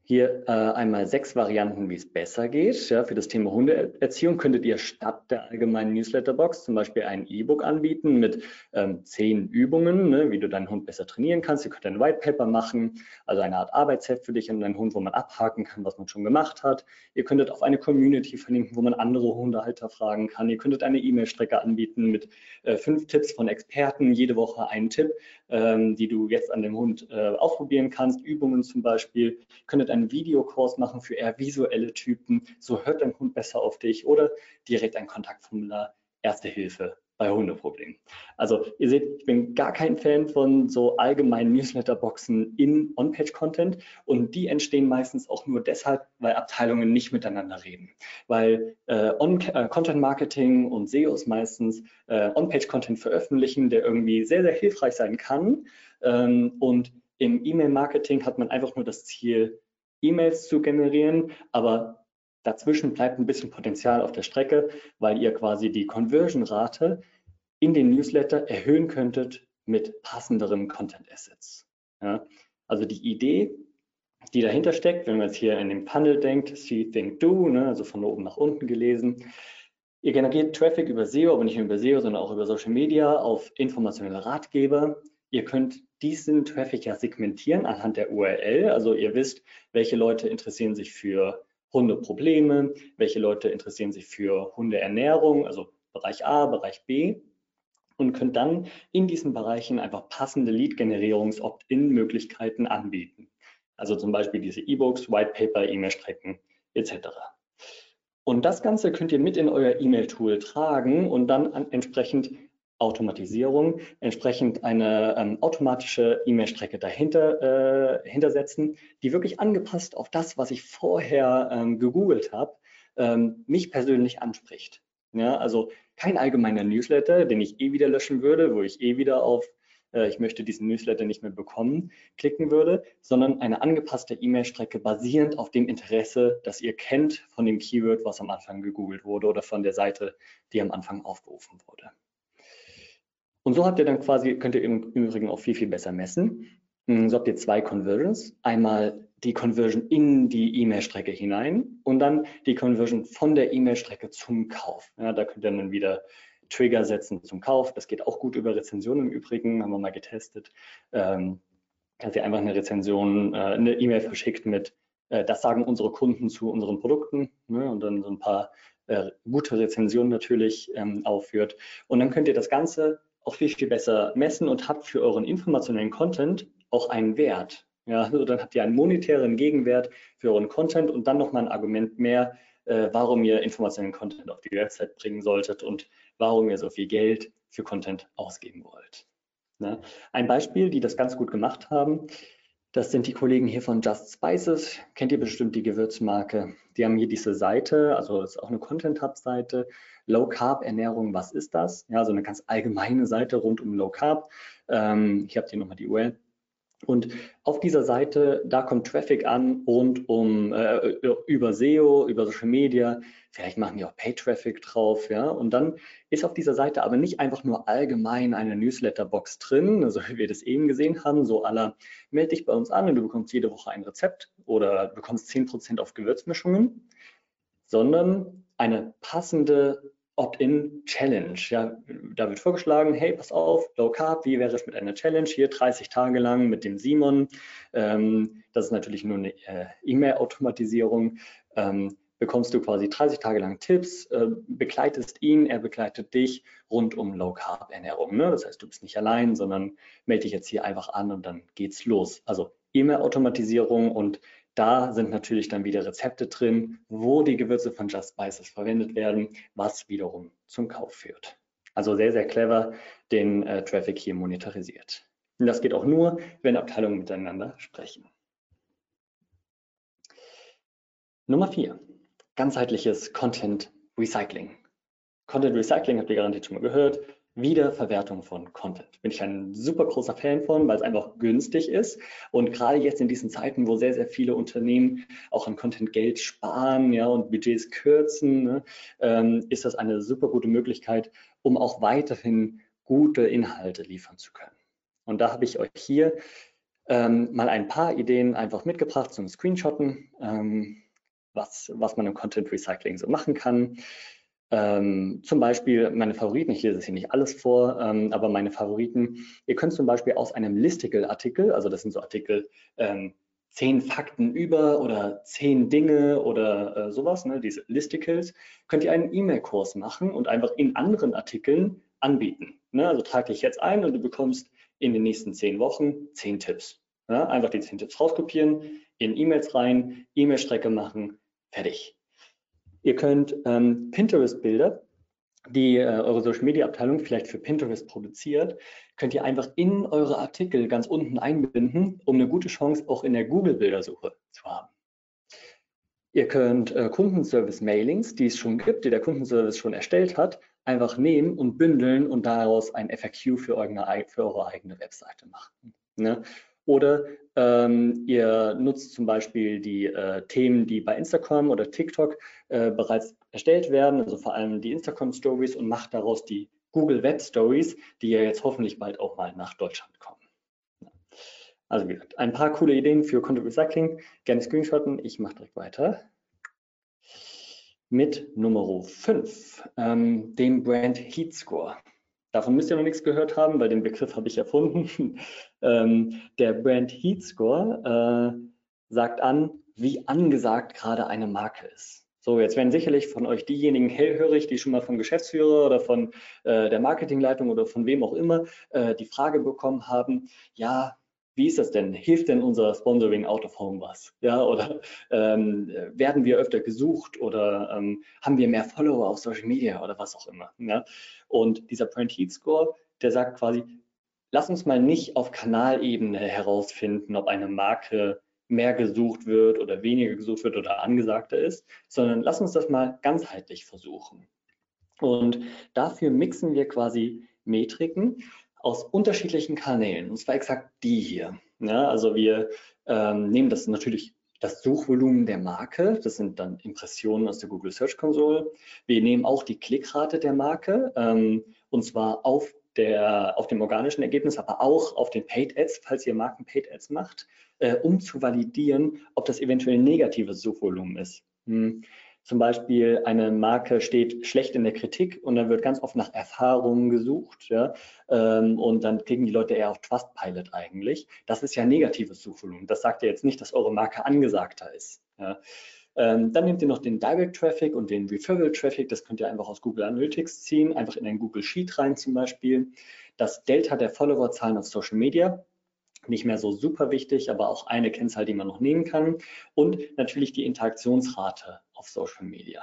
Hier einmal 6 Varianten, wie es besser geht. Ja, für das Thema Hundeerziehung könntet ihr statt der allgemeinen Newsletterbox zum Beispiel ein E-Book anbieten mit 10 Übungen, ne, wie du deinen Hund besser trainieren kannst. Ihr könnt ein White Paper machen, also eine Art Arbeitsheft für dich und deinen Hund, wo man abhaken kann, was man schon gemacht hat. Ihr könntet auf eine Community verlinken, wo man andere Hundehalter fragen kann. Ihr könntet eine E-Mail-Strecke anbieten mit 5 Tipps von Experten, jede Woche einen Tipp, die du jetzt an dem Hund ausprobieren kannst, Übungen zum Beispiel. Ihr könntet einen Videokurs machen für eher visuelle Typen, so hört dein Hund besser auf dich, oder direkt ein Kontaktformular, Erste Hilfe bei Hundeproblemen. Also ihr seht, ich bin gar kein Fan von so allgemeinen Newsletterboxen in On-Page-Content, und die entstehen meistens auch nur deshalb, weil Abteilungen nicht miteinander reden. Weil Content-Marketing und SEOs meistens On-Page-Content veröffentlichen, der irgendwie sehr, sehr hilfreich sein kann. Und im E-Mail-Marketing hat man einfach nur das Ziel, E-Mails zu generieren, aber dazwischen bleibt ein bisschen Potenzial auf der Strecke, weil ihr quasi die Conversion-Rate in den Newsletter erhöhen könntet mit passenderen Content-Assets. Ja? Also die Idee, die dahinter steckt, wenn man jetzt hier in dem Panel denkt, See, Think, Do, ne, also von oben nach unten gelesen, ihr generiert Traffic über SEO, aber nicht nur über SEO, sondern auch über Social Media auf informationelle Ratgeber. Ihr könnt diesen Traffic ja segmentieren anhand der URL. Also ihr wisst, welche Leute interessieren sich für Hundeprobleme, welche Leute interessieren sich für Hundeernährung, also Bereich A, Bereich B, und könnt dann in diesen Bereichen einfach passende Lead-Generierungs-Opt-in-Möglichkeiten anbieten. Also zum Beispiel diese E-Books, White Paper, E-Mail-Strecken etc. Und das Ganze könnt ihr mit in euer E-Mail-Tool tragen und dann entsprechend Automatisierung, entsprechend eine automatische E-Mail-Strecke dahinter hintersetzen, die wirklich angepasst auf das, was ich vorher gegoogelt habe, mich persönlich anspricht. Ja, also kein allgemeiner Newsletter, den ich eh wieder löschen würde, wo ich eh wieder auf ich möchte diesen Newsletter nicht mehr bekommen, klicken würde, sondern eine angepasste E-Mail-Strecke basierend auf dem Interesse, das ihr kennt von dem Keyword, was am Anfang gegoogelt wurde, oder von der Seite, die am Anfang aufgerufen wurde. Und so habt ihr dann quasi, könnt ihr im Übrigen auch viel, viel besser messen. So habt ihr 2 Conversions. Einmal die Conversion in die E-Mail-Strecke hinein und dann die Conversion von der E-Mail-Strecke zum Kauf. Ja, da könnt ihr dann wieder Trigger setzen zum Kauf. Das geht auch gut über Rezensionen im Übrigen, haben wir mal getestet. Dass ihr einfach eine Rezension, eine E-Mail verschickt mit, das sagen unsere Kunden zu unseren Produkten, ne, und dann so ein paar gute Rezensionen natürlich aufführt. Und dann könnt ihr das Ganze auch viel, viel besser messen und habt für euren informationellen Content auch einen Wert. Ja, also dann habt ihr einen monetären Gegenwert für euren Content und dann nochmal ein Argument mehr, warum ihr informationellen Content auf die Website bringen solltet und warum ihr so viel Geld für Content ausgeben wollt. Ja, ein Beispiel, die das ganz gut gemacht haben, das sind die Kollegen hier von Just Spices. Kennt ihr bestimmt die Gewürzmarke? Die haben hier diese Seite, also das ist auch eine Content Hub Seite. Low Carb Ernährung, was ist das? Ja, so eine ganz allgemeine Seite rund um Low Carb. Hier habt ihr nochmal die URL. Und auf dieser Seite, da kommt Traffic an rund um über SEO, über Social Media. Vielleicht machen die auch Paid-Traffic drauf, ja. Und dann ist auf dieser Seite aber nicht einfach nur allgemein eine Newsletter-Box drin, also wie wir das eben gesehen haben, so aller melde dich bei uns an und du bekommst jede Woche ein Rezept oder bekommst 10% auf Gewürzmischungen, sondern eine passende Opt-in-Challenge. Ja, da wird vorgeschlagen, hey, pass auf, Low Carb, wie wäre es mit einer Challenge hier 30 Tage lang mit dem Simon? Das ist natürlich nur eine E-Mail-Automatisierung. Bekommst du quasi 30 Tage lang Tipps, begleitest ihn, er begleitet dich rund um Low Carb Ernährung. Ne? Das heißt, du bist nicht allein, sondern melde dich jetzt hier einfach an und dann geht's los. Also E-Mail-Automatisierung, und da sind natürlich dann wieder Rezepte drin, wo die Gewürze von Just Spices verwendet werden, was wiederum zum Kauf führt. Also sehr, sehr clever den Traffic hier monetarisiert. Und das geht auch nur, wenn Abteilungen miteinander sprechen. Nummer 4, ganzheitliches Content Recycling. Content Recycling habt ihr garantiert schon mal gehört. Wiederverwertung von Content. Bin ich ein super großer Fan von, weil es einfach günstig ist. Und gerade jetzt in diesen Zeiten, wo sehr, sehr viele Unternehmen auch an Content Geld sparen, ja, und Budgets kürzen, ne, ist das eine super gute Möglichkeit, um auch weiterhin gute Inhalte liefern zu können. Und da habe ich euch hier mal ein paar Ideen einfach mitgebracht zum Screenshotten, was man im Content Recycling so machen kann. Zum Beispiel meine Favoriten, ich lese es hier nicht alles vor, aber meine Favoriten, ihr könnt zum Beispiel aus einem Listicle-Artikel, also das sind so Artikel, 10 Fakten über oder 10 Dinge oder sowas, ne, diese Listicles, könnt ihr einen E-Mail-Kurs machen und einfach in anderen Artikeln anbieten. Ne? Also trage dich jetzt ein und du bekommst in den nächsten 10 Wochen 10 Tipps. Ja? Einfach die 10 Tipps rauskopieren, in E-Mails rein, E-Mail-Strecke machen, fertig. Ihr könnt Pinterest-Bilder, die eure Social-Media-Abteilung vielleicht für Pinterest produziert, könnt ihr einfach in eure Artikel ganz unten einbinden, um eine gute Chance auch in der Google-Bildersuche zu haben. Ihr könnt Kundenservice-Mailings, die es schon gibt, die der Kundenservice schon erstellt hat, einfach nehmen und bündeln und daraus ein FAQ für eure eigene Webseite machen. Ne? Oder ihr nutzt zum Beispiel die Themen, die bei Instagram oder TikTok bereits erstellt werden, also vor allem die Instagram Stories, und macht daraus die Google Web Stories, die ja jetzt hoffentlich bald auch mal nach Deutschland kommen. Also wie gesagt, ein paar coole Ideen für Content Recycling. Gerne screenshotten. Ich mache direkt weiter mit Nummer 5, dem Brand Heat Score. Davon müsst ihr noch nichts gehört haben, weil den Begriff habe ich erfunden. Der Brand Heat Score sagt an, wie angesagt gerade eine Marke ist. So, jetzt werden sicherlich von euch diejenigen hellhörig, die schon mal vom Geschäftsführer oder von der Marketingleitung oder von wem auch immer die Frage bekommen haben, ja, wie ist das denn? Hilft denn unser Sponsoring Out of Home was? Ja, oder werden wir öfter gesucht oder haben wir mehr Follower auf Social Media oder was auch immer? Ja? Und dieser Brand Heat Score, der sagt quasi, lass uns mal nicht auf Kanalebene herausfinden, ob eine Marke mehr gesucht wird oder weniger gesucht wird oder angesagter ist, sondern lass uns das mal ganzheitlich versuchen. Und dafür mixen wir quasi Metriken aus unterschiedlichen Kanälen, und zwar exakt die hier. Ja, also wir nehmen das natürlich das Suchvolumen der Marke, das sind dann Impressionen aus der Google Search Console. Wir nehmen auch die Klickrate der Marke, und zwar auf dem organischen Ergebnis, aber auch auf den Paid Ads, falls ihr Marken Paid Ads macht, um zu validieren, ob das eventuell ein negatives Suchvolumen ist. Zum Beispiel eine Marke steht schlecht in der Kritik und dann wird ganz oft nach Erfahrungen gesucht, ja, und dann klicken die Leute eher auf Trustpilot eigentlich. Das ist ja negatives Suchvolumen. Das sagt ja jetzt nicht, dass eure Marke angesagter ist. Ja. Dann nehmt ihr noch den Direct Traffic und den Referral Traffic. Das könnt ihr einfach aus Google Analytics ziehen, einfach in ein Google Sheet rein zum Beispiel. Das Delta der Followerzahlen auf Social Media. Nicht mehr so super wichtig, aber auch eine Kennzahl, die man noch nehmen kann. Und natürlich die Interaktionsrate auf Social Media.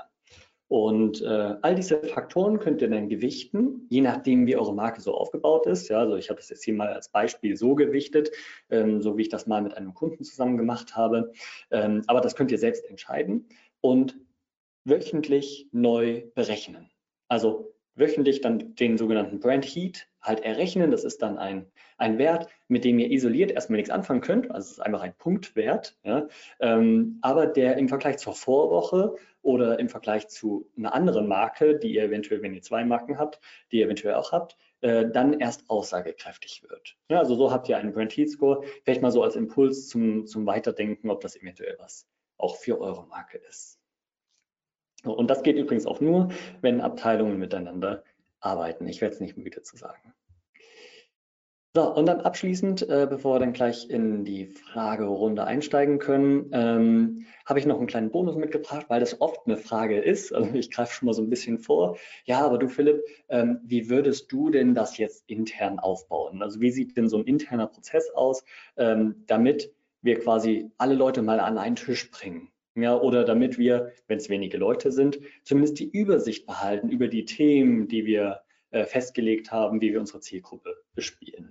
Und all diese Faktoren könnt ihr dann gewichten, je nachdem, wie eure Marke so aufgebaut ist. Ja, also ich habe das jetzt hier mal als Beispiel so gewichtet, so wie ich das mal mit einem Kunden zusammen gemacht habe. Aber das könnt ihr selbst entscheiden und wöchentlich neu berechnen. Also wöchentlich dann den sogenannten Brand Heat halt errechnen. Das ist dann ein Wert, mit dem ihr isoliert erstmal nichts anfangen könnt. Also es ist einfach ein Punktwert, ja, aber der im Vergleich zur Vorwoche oder im Vergleich zu einer anderen Marke, die ihr eventuell, wenn ihr 2 Marken habt, die ihr eventuell auch habt, dann erst aussagekräftig wird. Ja, also so habt ihr einen Brand Heat Score, vielleicht mal so als Impuls zum Weiterdenken, ob das eventuell was auch für eure Marke ist. Und das geht übrigens auch nur, wenn Abteilungen miteinander arbeiten. Ich werde es nicht müde zu sagen. So, und dann abschließend, bevor wir dann gleich in die Fragerunde einsteigen können, habe ich noch einen kleinen Bonus mitgebracht, weil das oft eine Frage ist. Also ich greife schon mal so ein bisschen vor. Ja, aber du Philipp, wie würdest du denn das jetzt intern aufbauen? Also wie sieht denn so ein interner Prozess aus, damit wir quasi alle Leute mal an einen Tisch bringen? Ja, oder damit wir, wenn es wenige Leute sind, zumindest die Übersicht behalten über die Themen, die wir festgelegt haben, wie wir unsere Zielgruppe bespielen.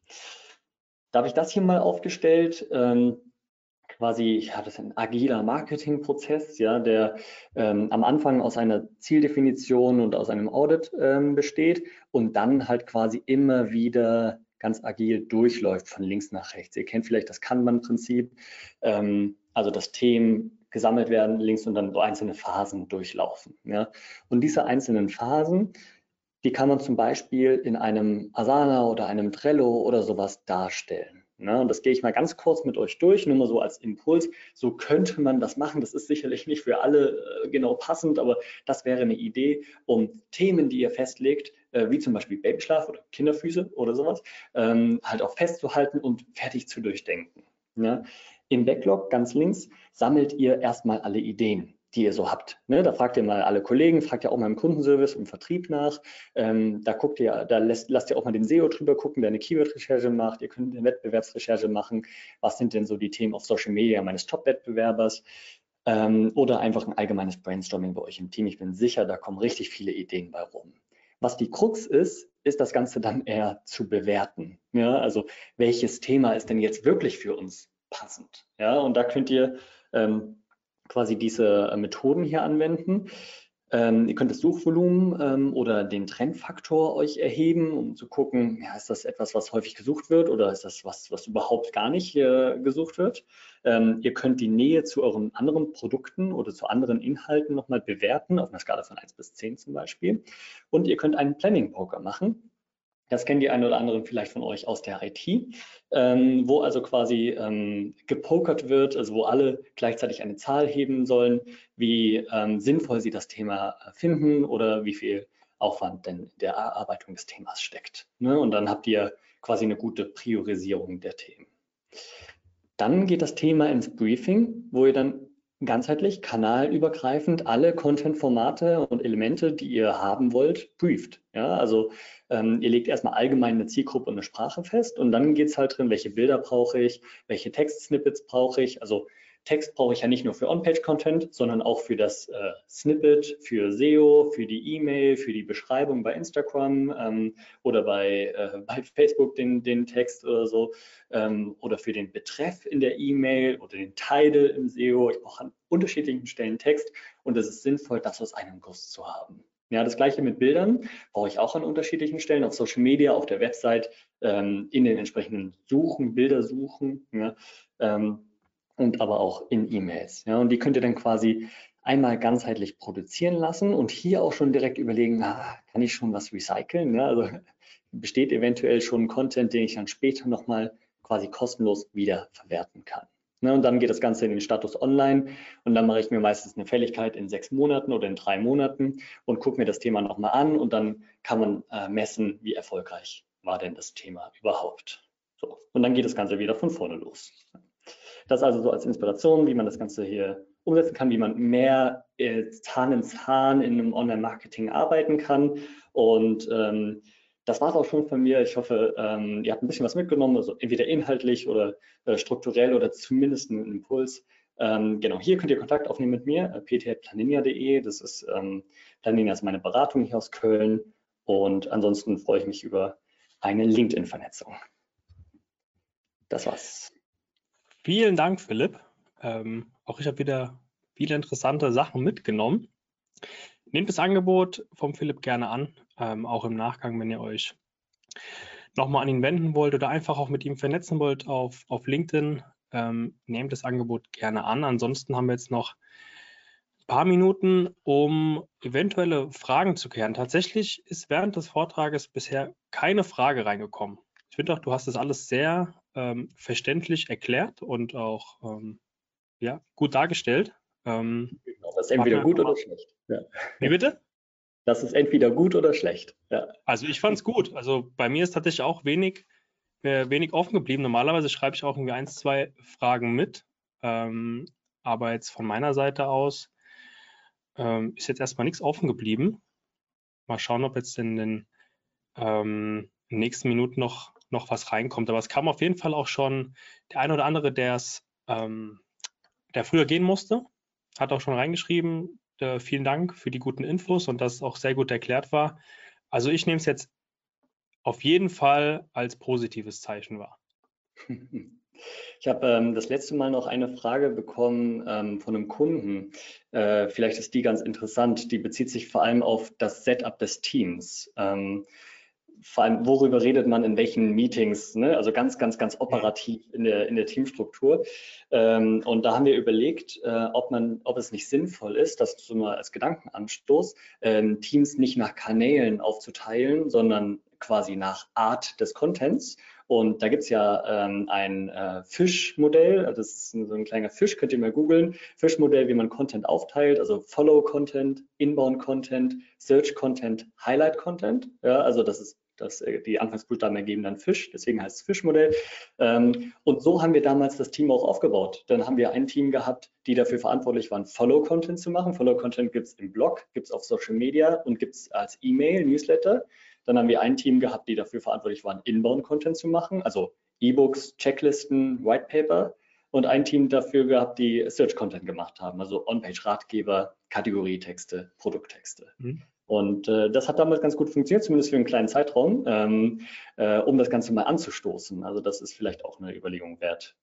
Da habe ich das hier mal aufgestellt. Quasi, ja, das ist ein agiler Marketingprozess, ja, der am Anfang aus einer Zieldefinition und aus einem Audit besteht und dann halt quasi immer wieder ganz agil durchläuft von links nach rechts. Ihr kennt vielleicht das Kanban-Prinzip, also dass Themen gesammelt werden links und dann so einzelne Phasen durchlaufen. Ja. Und diese einzelnen Phasen, die kann man zum Beispiel in einem Asana oder einem Trello oder sowas darstellen. Ne? Und das gehe ich mal ganz kurz mit euch durch, nur mal so als Impuls. So könnte man das machen. Das ist sicherlich nicht für alle genau passend, aber das wäre eine Idee, um Themen, die ihr festlegt, wie zum Beispiel Babyschlaf oder Kinderfüße oder sowas, halt auch festzuhalten und fertig zu durchdenken. Ne? Im Backlog ganz links sammelt ihr erstmal alle Ideen, die ihr so habt. Ne? Da fragt ihr mal alle Kollegen, fragt ihr auch mal im Kundenservice, im Vertrieb nach. Da lasst ihr auch mal den SEO drüber gucken, der eine Keyword-Recherche macht. Ihr könnt eine Wettbewerbsrecherche machen. Was sind denn so die Themen auf Social Media meines Top-Wettbewerbers? Oder einfach ein allgemeines Brainstorming bei euch im Team. Ich bin sicher, da kommen richtig viele Ideen bei rum. Was die Krux ist, ist das Ganze dann eher zu bewerten. Ja, also welches Thema ist denn jetzt wirklich für uns passend? Ja, und da könnt ihr quasi diese Methoden hier anwenden. Ihr könnt das Suchvolumen oder den Trendfaktor euch erheben, um zu gucken, ja, ist das etwas, was häufig gesucht wird oder ist das was überhaupt gar nicht gesucht wird. Ihr könnt die Nähe zu euren anderen Produkten oder zu anderen Inhalten nochmal bewerten, auf einer Skala von 1 bis 10 zum Beispiel. Und ihr könnt einen Planning-Poker machen. Das kennen die einen oder anderen vielleicht von euch aus der IT, wo also quasi gepokert wird, also wo alle gleichzeitig eine Zahl heben sollen, wie sinnvoll sie das Thema finden oder wie viel Aufwand denn in der Erarbeitung des Themas steckt. Ne? Und dann habt ihr quasi eine gute Priorisierung der Themen. Dann geht das Thema ins Briefing, wo ihr dann ganzheitlich, kanalübergreifend alle Content-Formate und Elemente, die ihr haben wollt, brieft. Ja, also ihr legt erstmal allgemein eine Zielgruppe und eine Sprache fest und dann geht es halt drin, welche Bilder brauche ich, welche Text-Snippets brauche ich. Also Text brauche ich ja nicht nur für On-Page-Content, sondern auch für das Snippet, für SEO, für die E-Mail, für die Beschreibung bei Instagram oder bei Facebook den Text oder so oder für den Betreff in der E-Mail oder den Title im SEO. Ich brauche an unterschiedlichen Stellen Text und es ist sinnvoll, das aus einem Guss zu haben. Ja, das gleiche mit Bildern brauche ich auch an unterschiedlichen Stellen, auf Social Media, auf der Website, in den entsprechenden Suchen, Bilder suchen, ja, und aber auch in E-Mails. Ja, und die könnt ihr dann quasi einmal ganzheitlich produzieren lassen und hier auch schon direkt überlegen, kann ich schon was recyceln? Ja, also besteht eventuell schon Content, den ich dann später nochmal quasi kostenlos wieder verwerten kann. Ne, und dann geht das Ganze in den Status online und dann mache ich mir meistens eine Fälligkeit in 6 Monaten oder in 3 Monaten und gucke mir das Thema nochmal an und dann kann man messen, wie erfolgreich war denn das Thema überhaupt. So. Und dann geht das Ganze wieder von vorne los. Das also so als Inspiration, wie man das Ganze hier umsetzen kann, wie man mehr Zahn in Zahn in einem Online-Marketing arbeiten kann. Und das war es auch schon von mir. Ich hoffe, ihr habt ein bisschen was mitgenommen, also entweder inhaltlich oder strukturell oder zumindest einen Impuls. Genau, hier könnt ihr Kontakt aufnehmen mit mir, pt@planinia.de. Das ist Planinia ist meine Beratung hier aus Köln. Und ansonsten freue ich mich über eine LinkedIn-Vernetzung. Das war's. Vielen Dank, Philipp. Auch ich habe wieder viele interessante Sachen mitgenommen. Nehmt das Angebot vom Philipp gerne an, auch im Nachgang, wenn ihr euch nochmal an ihn wenden wollt oder einfach auch mit ihm vernetzen wollt auf LinkedIn. Nehmt das Angebot gerne an. Ansonsten haben wir jetzt noch ein paar Minuten, um eventuelle Fragen zu klären. Tatsächlich ist während des Vortrages bisher keine Frage reingekommen. Ich finde auch, du hast das alles sehr verständlich erklärt und auch ja, gut dargestellt. Das ist entweder gut oder schlecht. Ja. Wie bitte? Das ist entweder gut oder schlecht. Ja. Also ich fand es gut. Also bei mir ist tatsächlich auch wenig offen geblieben. Normalerweise schreibe ich auch irgendwie 1, 2 Fragen mit. Aber jetzt von meiner Seite aus ist jetzt erstmal nichts offen geblieben. Mal schauen, ob jetzt in den nächsten Minuten noch was reinkommt. Aber es kam auf jeden Fall auch schon der ein oder andere, der früher gehen musste, hat auch schon reingeschrieben. Vielen Dank für die guten Infos und dass es auch sehr gut erklärt war. Also ich nehme es jetzt auf jeden Fall als positives Zeichen wahr. Ich habe das letzte Mal noch eine Frage bekommen von einem Kunden. Vielleicht ist die ganz interessant. Die bezieht sich vor allem auf das Setup des Teams. Vor allem, worüber redet man in welchen Meetings, ne? Also ganz operativ in der Teamstruktur. Und da haben wir überlegt, ob es nicht sinnvoll ist, das so mal als Gedankenanstoß, Teams nicht nach Kanälen aufzuteilen, sondern quasi nach Art des Contents Und da gibt es ja ein Fish-Modell, also das ist so ein kleiner Fisch, könnt ihr mal googeln. Fish-Modell, wie man Content aufteilt, also Follow-Content, Inbound-Content, Search-Content, Highlight-Content. Ja, also die Anfangsbuchstaben ergeben dann Fish, deswegen heißt es Fish-Modell. Und so haben wir damals das Team auch aufgebaut. Dann haben wir ein Team gehabt, die dafür verantwortlich waren, Follow-Content zu machen. Follow-Content gibt es im Blog, gibt es auf Social Media und gibt es als E-Mail, Newsletter. Dann haben wir ein Team gehabt, die dafür verantwortlich waren, Inbound-Content zu machen, also E-Books, Checklisten, White Paper. Und ein Team dafür gehabt, die Search-Content gemacht haben, also On-Page-Ratgeber, Kategorietexte, Produkttexte. Und das hat damals ganz gut funktioniert, zumindest für einen kleinen Zeitraum, um das Ganze mal anzustoßen. Also das ist vielleicht auch eine Überlegung wert.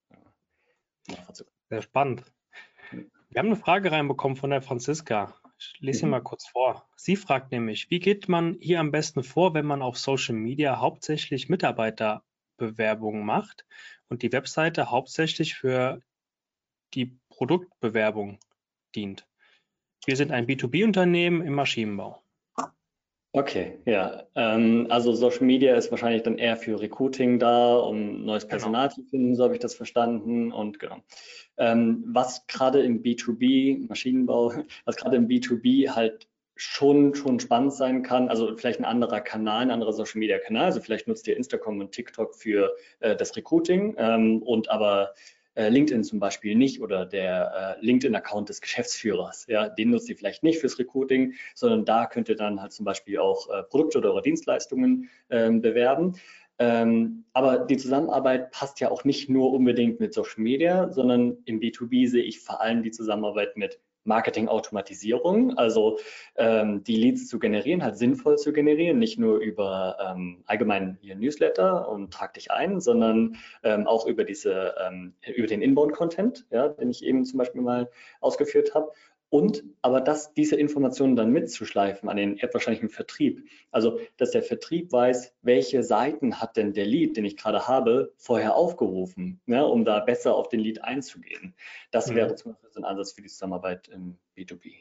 Sehr spannend. Wir haben eine Frage reinbekommen von der Franziska. Ich lese sie mal kurz vor. Sie fragt nämlich, wie geht man hier am besten vor, wenn man auf Social Media hauptsächlich Mitarbeiterbewerbungen macht und die Webseite hauptsächlich für die Produktbewerbung dient? Wir sind ein B2B-Unternehmen im Maschinenbau. Okay, ja. Also Social Media ist wahrscheinlich dann eher für Recruiting da, um neues Personal zu finden, so habe ich das verstanden. Und genau. Was gerade im B2B, Maschinenbau, was gerade im B2B halt schon spannend sein kann, also vielleicht ein anderer Kanal, ein anderer Social Media Kanal, also vielleicht nutzt ihr Instagram und TikTok für das Recruiting und aber LinkedIn zum Beispiel nicht oder der LinkedIn-Account des Geschäftsführers, ja, den nutzt ihr vielleicht nicht fürs Recruiting, sondern da könnt ihr dann halt zum Beispiel auch Produkte oder eure Dienstleistungen bewerben. Aber die Zusammenarbeit passt ja auch nicht nur unbedingt mit Social Media, sondern im B2B sehe ich vor allem die Zusammenarbeit mit Marketing-Automatisierung, also die Leads zu generieren, halt sinnvoll zu generieren, nicht nur über allgemein hier Newsletter und trag dich ein, sondern auch über über den Inbound-Content, ja, den ich eben zum Beispiel mal ausgeführt habe. Und aber diese Informationen dann mitzuschleifen an den wahrscheinlich im Vertrieb. Also, dass der Vertrieb weiß, welche Seiten hat denn der Lead, den ich gerade habe, vorher aufgerufen, ne, um da besser auf den Lead einzugehen. Das wäre zum Beispiel so ein Ansatz für die Zusammenarbeit im B2B.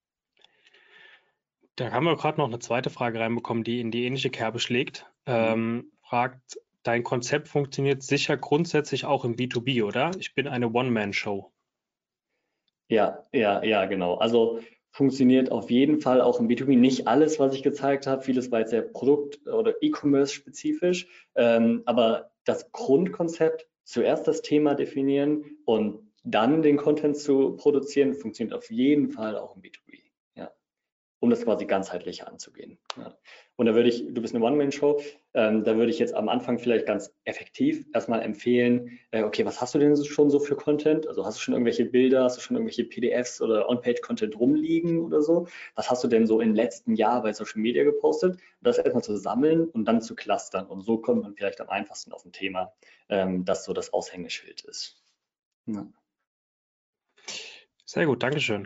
Da haben wir gerade noch eine zweite Frage reinbekommen, die in die ähnliche Kerbe schlägt. Fragt, dein Konzept funktioniert sicher grundsätzlich auch im B2B, oder? Ich bin eine One-Man-Show. Ja, genau. Also funktioniert auf jeden Fall auch im B2B. Nicht alles, was ich gezeigt habe. Vieles war jetzt sehr Produkt- oder E-Commerce-spezifisch. Aber das Grundkonzept, zuerst das Thema definieren und dann den Content zu produzieren, funktioniert auf jeden Fall auch im B2B. Ja, um das quasi ganzheitlich anzugehen. Ja. Und da du bist eine One-Man-Show, da würde ich jetzt am Anfang vielleicht ganz effektiv erstmal empfehlen, okay, was hast du denn schon so für Content? Also hast du schon irgendwelche Bilder, hast du schon irgendwelche PDFs oder On-Page-Content rumliegen oder so? Was hast du denn so im letzten Jahr bei Social Media gepostet? Das erstmal zu sammeln und dann zu clustern. Und so kommt man vielleicht am einfachsten auf ein Thema, das so das Aushängeschild ist. Ja. Sehr gut, Dankeschön.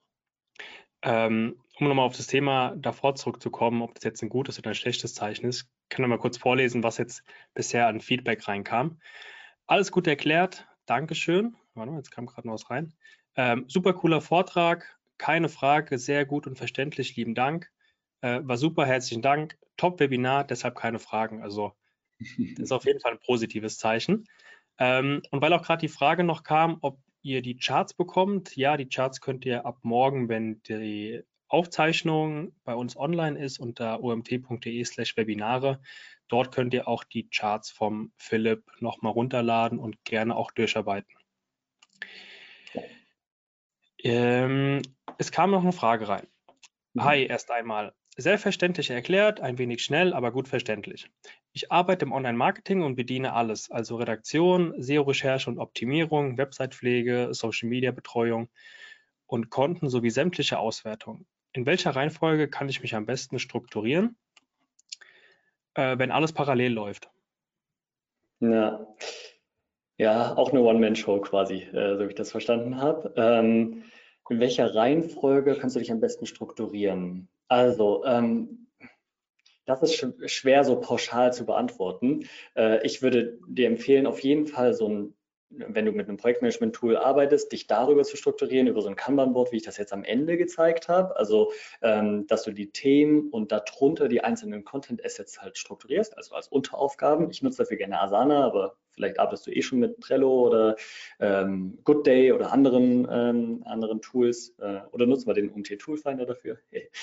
Um nochmal auf das Thema davor zurückzukommen, ob das jetzt ein gutes oder ein schlechtes Zeichen ist, kann ich mal kurz vorlesen, was jetzt bisher an Feedback reinkam. Alles gut erklärt, Dankeschön. Warte mal, jetzt kam gerade noch was rein. Super cooler Vortrag, keine Frage, sehr gut und verständlich, lieben Dank. War super, herzlichen Dank. Top-Webinar, deshalb keine Fragen. Also das ist auf jeden Fall ein positives Zeichen. Und weil auch gerade die Frage noch kam, ob ihr die Charts bekommt. Ja, die Charts könnt ihr ab morgen, wenn die Aufzeichnung bei uns online ist, unter omt.de/Webinare. Dort könnt ihr auch die Charts vom Philipp nochmal runterladen und gerne auch durcharbeiten. Es kam noch eine Frage rein. Hi, erst einmal. Selbstverständlich erklärt, ein wenig schnell, aber gut verständlich. Ich arbeite im Online-Marketing und bediene alles, also Redaktion, SEO-Recherche und Optimierung, Website-Pflege, Social-Media-Betreuung und Konten sowie sämtliche Auswertungen. In welcher Reihenfolge kann ich mich am besten strukturieren, wenn alles parallel läuft? Ja, auch eine One-Man-Show quasi, so wie ich das verstanden habe. In welcher Reihenfolge kannst du dich am besten strukturieren? Also, das ist schwer so pauschal zu beantworten. Ich würde dir empfehlen, auf jeden Fall so ein wenn du mit einem Projektmanagement-Tool arbeitest, dich darüber zu strukturieren, über so ein Kanban-Board, wie ich das jetzt am Ende gezeigt habe. Also, dass du die Themen und darunter die einzelnen Content-Assets halt strukturierst, also als Unteraufgaben. Ich nutze dafür gerne Asana, aber vielleicht arbeitest du eh schon mit Trello oder Good Day oder anderen Tools oder nutzt mal den UMT-Toolfinder dafür.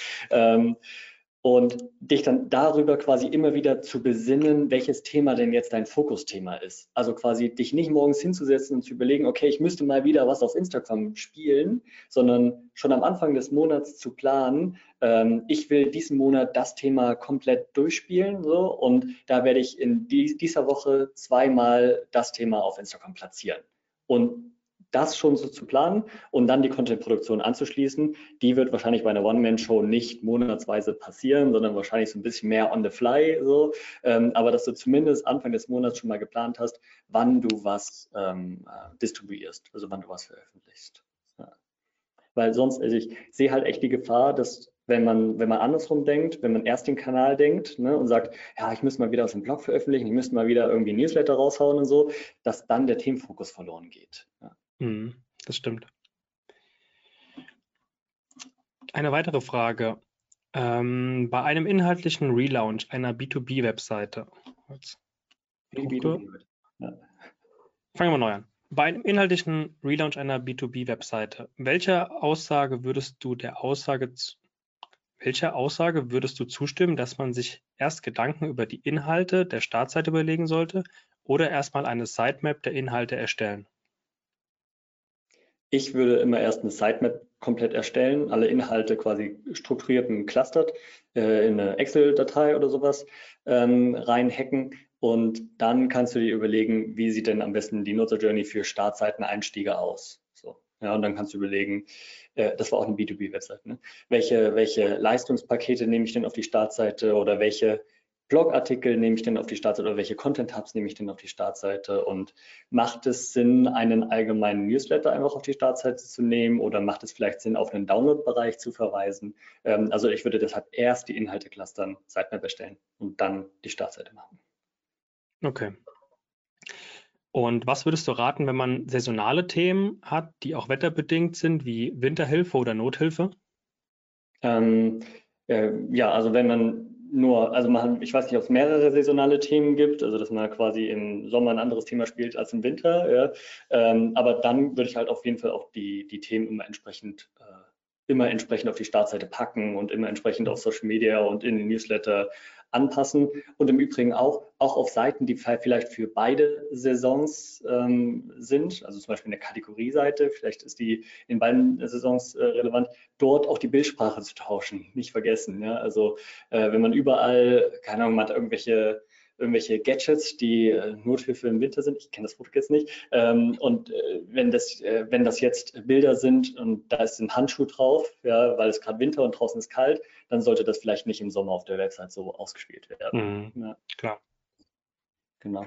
Und dich dann darüber quasi immer wieder zu besinnen, welches Thema denn jetzt dein Fokusthema ist. Also quasi dich nicht morgens hinzusetzen und zu überlegen, okay, ich müsste mal wieder was auf Instagram spielen, sondern schon am Anfang des Monats zu planen, ich will diesen Monat das Thema komplett durchspielen, so, und da werde ich in dieser Woche zweimal das Thema auf Instagram platzieren. Und das schon so zu planen und dann die Content-Produktion anzuschließen, die wird wahrscheinlich bei einer One-Man-Show nicht monatsweise passieren, sondern wahrscheinlich so ein bisschen mehr on the fly. So. Aber dass du zumindest Anfang des Monats schon mal geplant hast, wann du was distribuierst, also wann du was veröffentlichst. Ja. Weil sonst, also ich sehe halt echt die Gefahr, dass wenn man andersrum denkt, wenn man erst den Kanal denkt, ne, und sagt, ja, ich müsste mal wieder aus dem Blog veröffentlichen, ich müsste mal wieder irgendwie ein Newsletter raushauen und so, dass dann der Themenfokus verloren geht. Ja. Das stimmt. Eine weitere Frage. Bei einem inhaltlichen Relaunch einer B2B-Webseite. Ja. Fangen wir neu an. Bei einem inhaltlichen Relaunch einer B2B-Webseite, welcher Aussage würdest du zustimmen, dass man sich erst Gedanken über die Inhalte der Startseite überlegen sollte oder erstmal eine Sitemap der Inhalte erstellen? Ich würde immer erst eine Sitemap komplett erstellen, alle Inhalte quasi strukturiert und clustert in eine Excel-Datei oder sowas reinhacken, und dann kannst du dir überlegen, wie sieht denn am besten die Nutzer-Journey für Startseiteneinstiege aus. So. Ja, und dann kannst du überlegen, das war auch eine B2B-Website, ne? Welche Leistungspakete nehme ich denn auf die Startseite oder welche Blogartikel nehme ich denn auf die Startseite oder welche Content-Hubs nehme ich denn auf die Startseite, und macht es Sinn, einen allgemeinen Newsletter einfach auf die Startseite zu nehmen oder macht es vielleicht Sinn, auf einen Download-Bereich zu verweisen? Also ich würde deshalb erst die Inhalte clustern, Sitemap erstellen und dann die Startseite machen. Okay. Und was würdest du raten, wenn man saisonale Themen hat, die auch wetterbedingt sind, wie Winterhilfe oder Nothilfe? Ja, also wenn man ich weiß nicht, ob es mehrere saisonale Themen gibt, also dass man quasi im Sommer ein anderes Thema spielt als im Winter, ja. Aber dann würde ich halt auf jeden Fall auch die Themen immer entsprechend auf die Startseite packen und immer entsprechend auf Social Media und in den Newsletter anpassen, und im Übrigen auch auf Seiten, die vielleicht für beide Saisons sind, also zum Beispiel eine Kategorieseite, vielleicht ist die in beiden Saisons relevant, dort auch die Bildsprache zu tauschen, nicht vergessen. Ja? Also wenn man überall, keine Ahnung, man hat irgendwelche Gadgets, die Nothilfe im Winter sind. Ich kenne das Produkt jetzt nicht. Wenn das jetzt Bilder sind und da ist ein Handschuh drauf, ja, weil es gerade Winter und draußen ist kalt, dann sollte das vielleicht nicht im Sommer auf der Website so ausgespielt werden. Ja. Klar. Genau.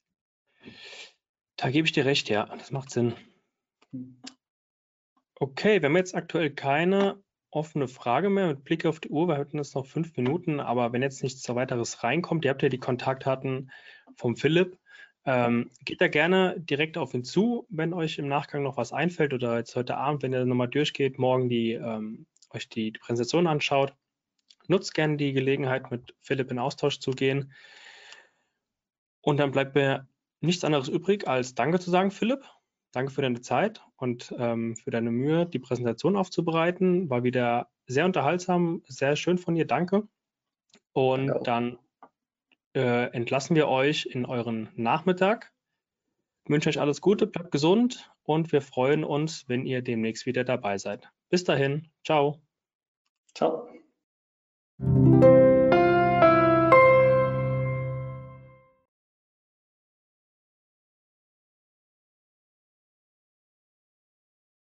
Da gebe ich dir recht, ja, das macht Sinn. Okay, wir haben jetzt aktuell keine offene Frage mehr mit Blick auf die Uhr. Wir hatten jetzt noch 5 Minuten, aber wenn jetzt nichts weiteres reinkommt, ihr habt ja die Kontaktdaten vom Philipp. Geht da gerne direkt auf ihn zu, wenn euch im Nachgang noch was einfällt oder jetzt heute Abend, wenn ihr nochmal durchgeht, morgen euch die Präsentation anschaut. Nutzt gerne die Gelegenheit, mit Philipp in Austausch zu gehen. Und dann bleibt mir nichts anderes übrig, als Danke zu sagen, Philipp. Danke für deine Zeit und für deine Mühe, die Präsentation aufzubereiten. War wieder sehr unterhaltsam, sehr schön von dir. Danke. Und dann entlassen wir euch in euren Nachmittag. Ich wünsche euch alles Gute, bleibt gesund und wir freuen uns, wenn ihr demnächst wieder dabei seid. Bis dahin. Ciao. Ciao.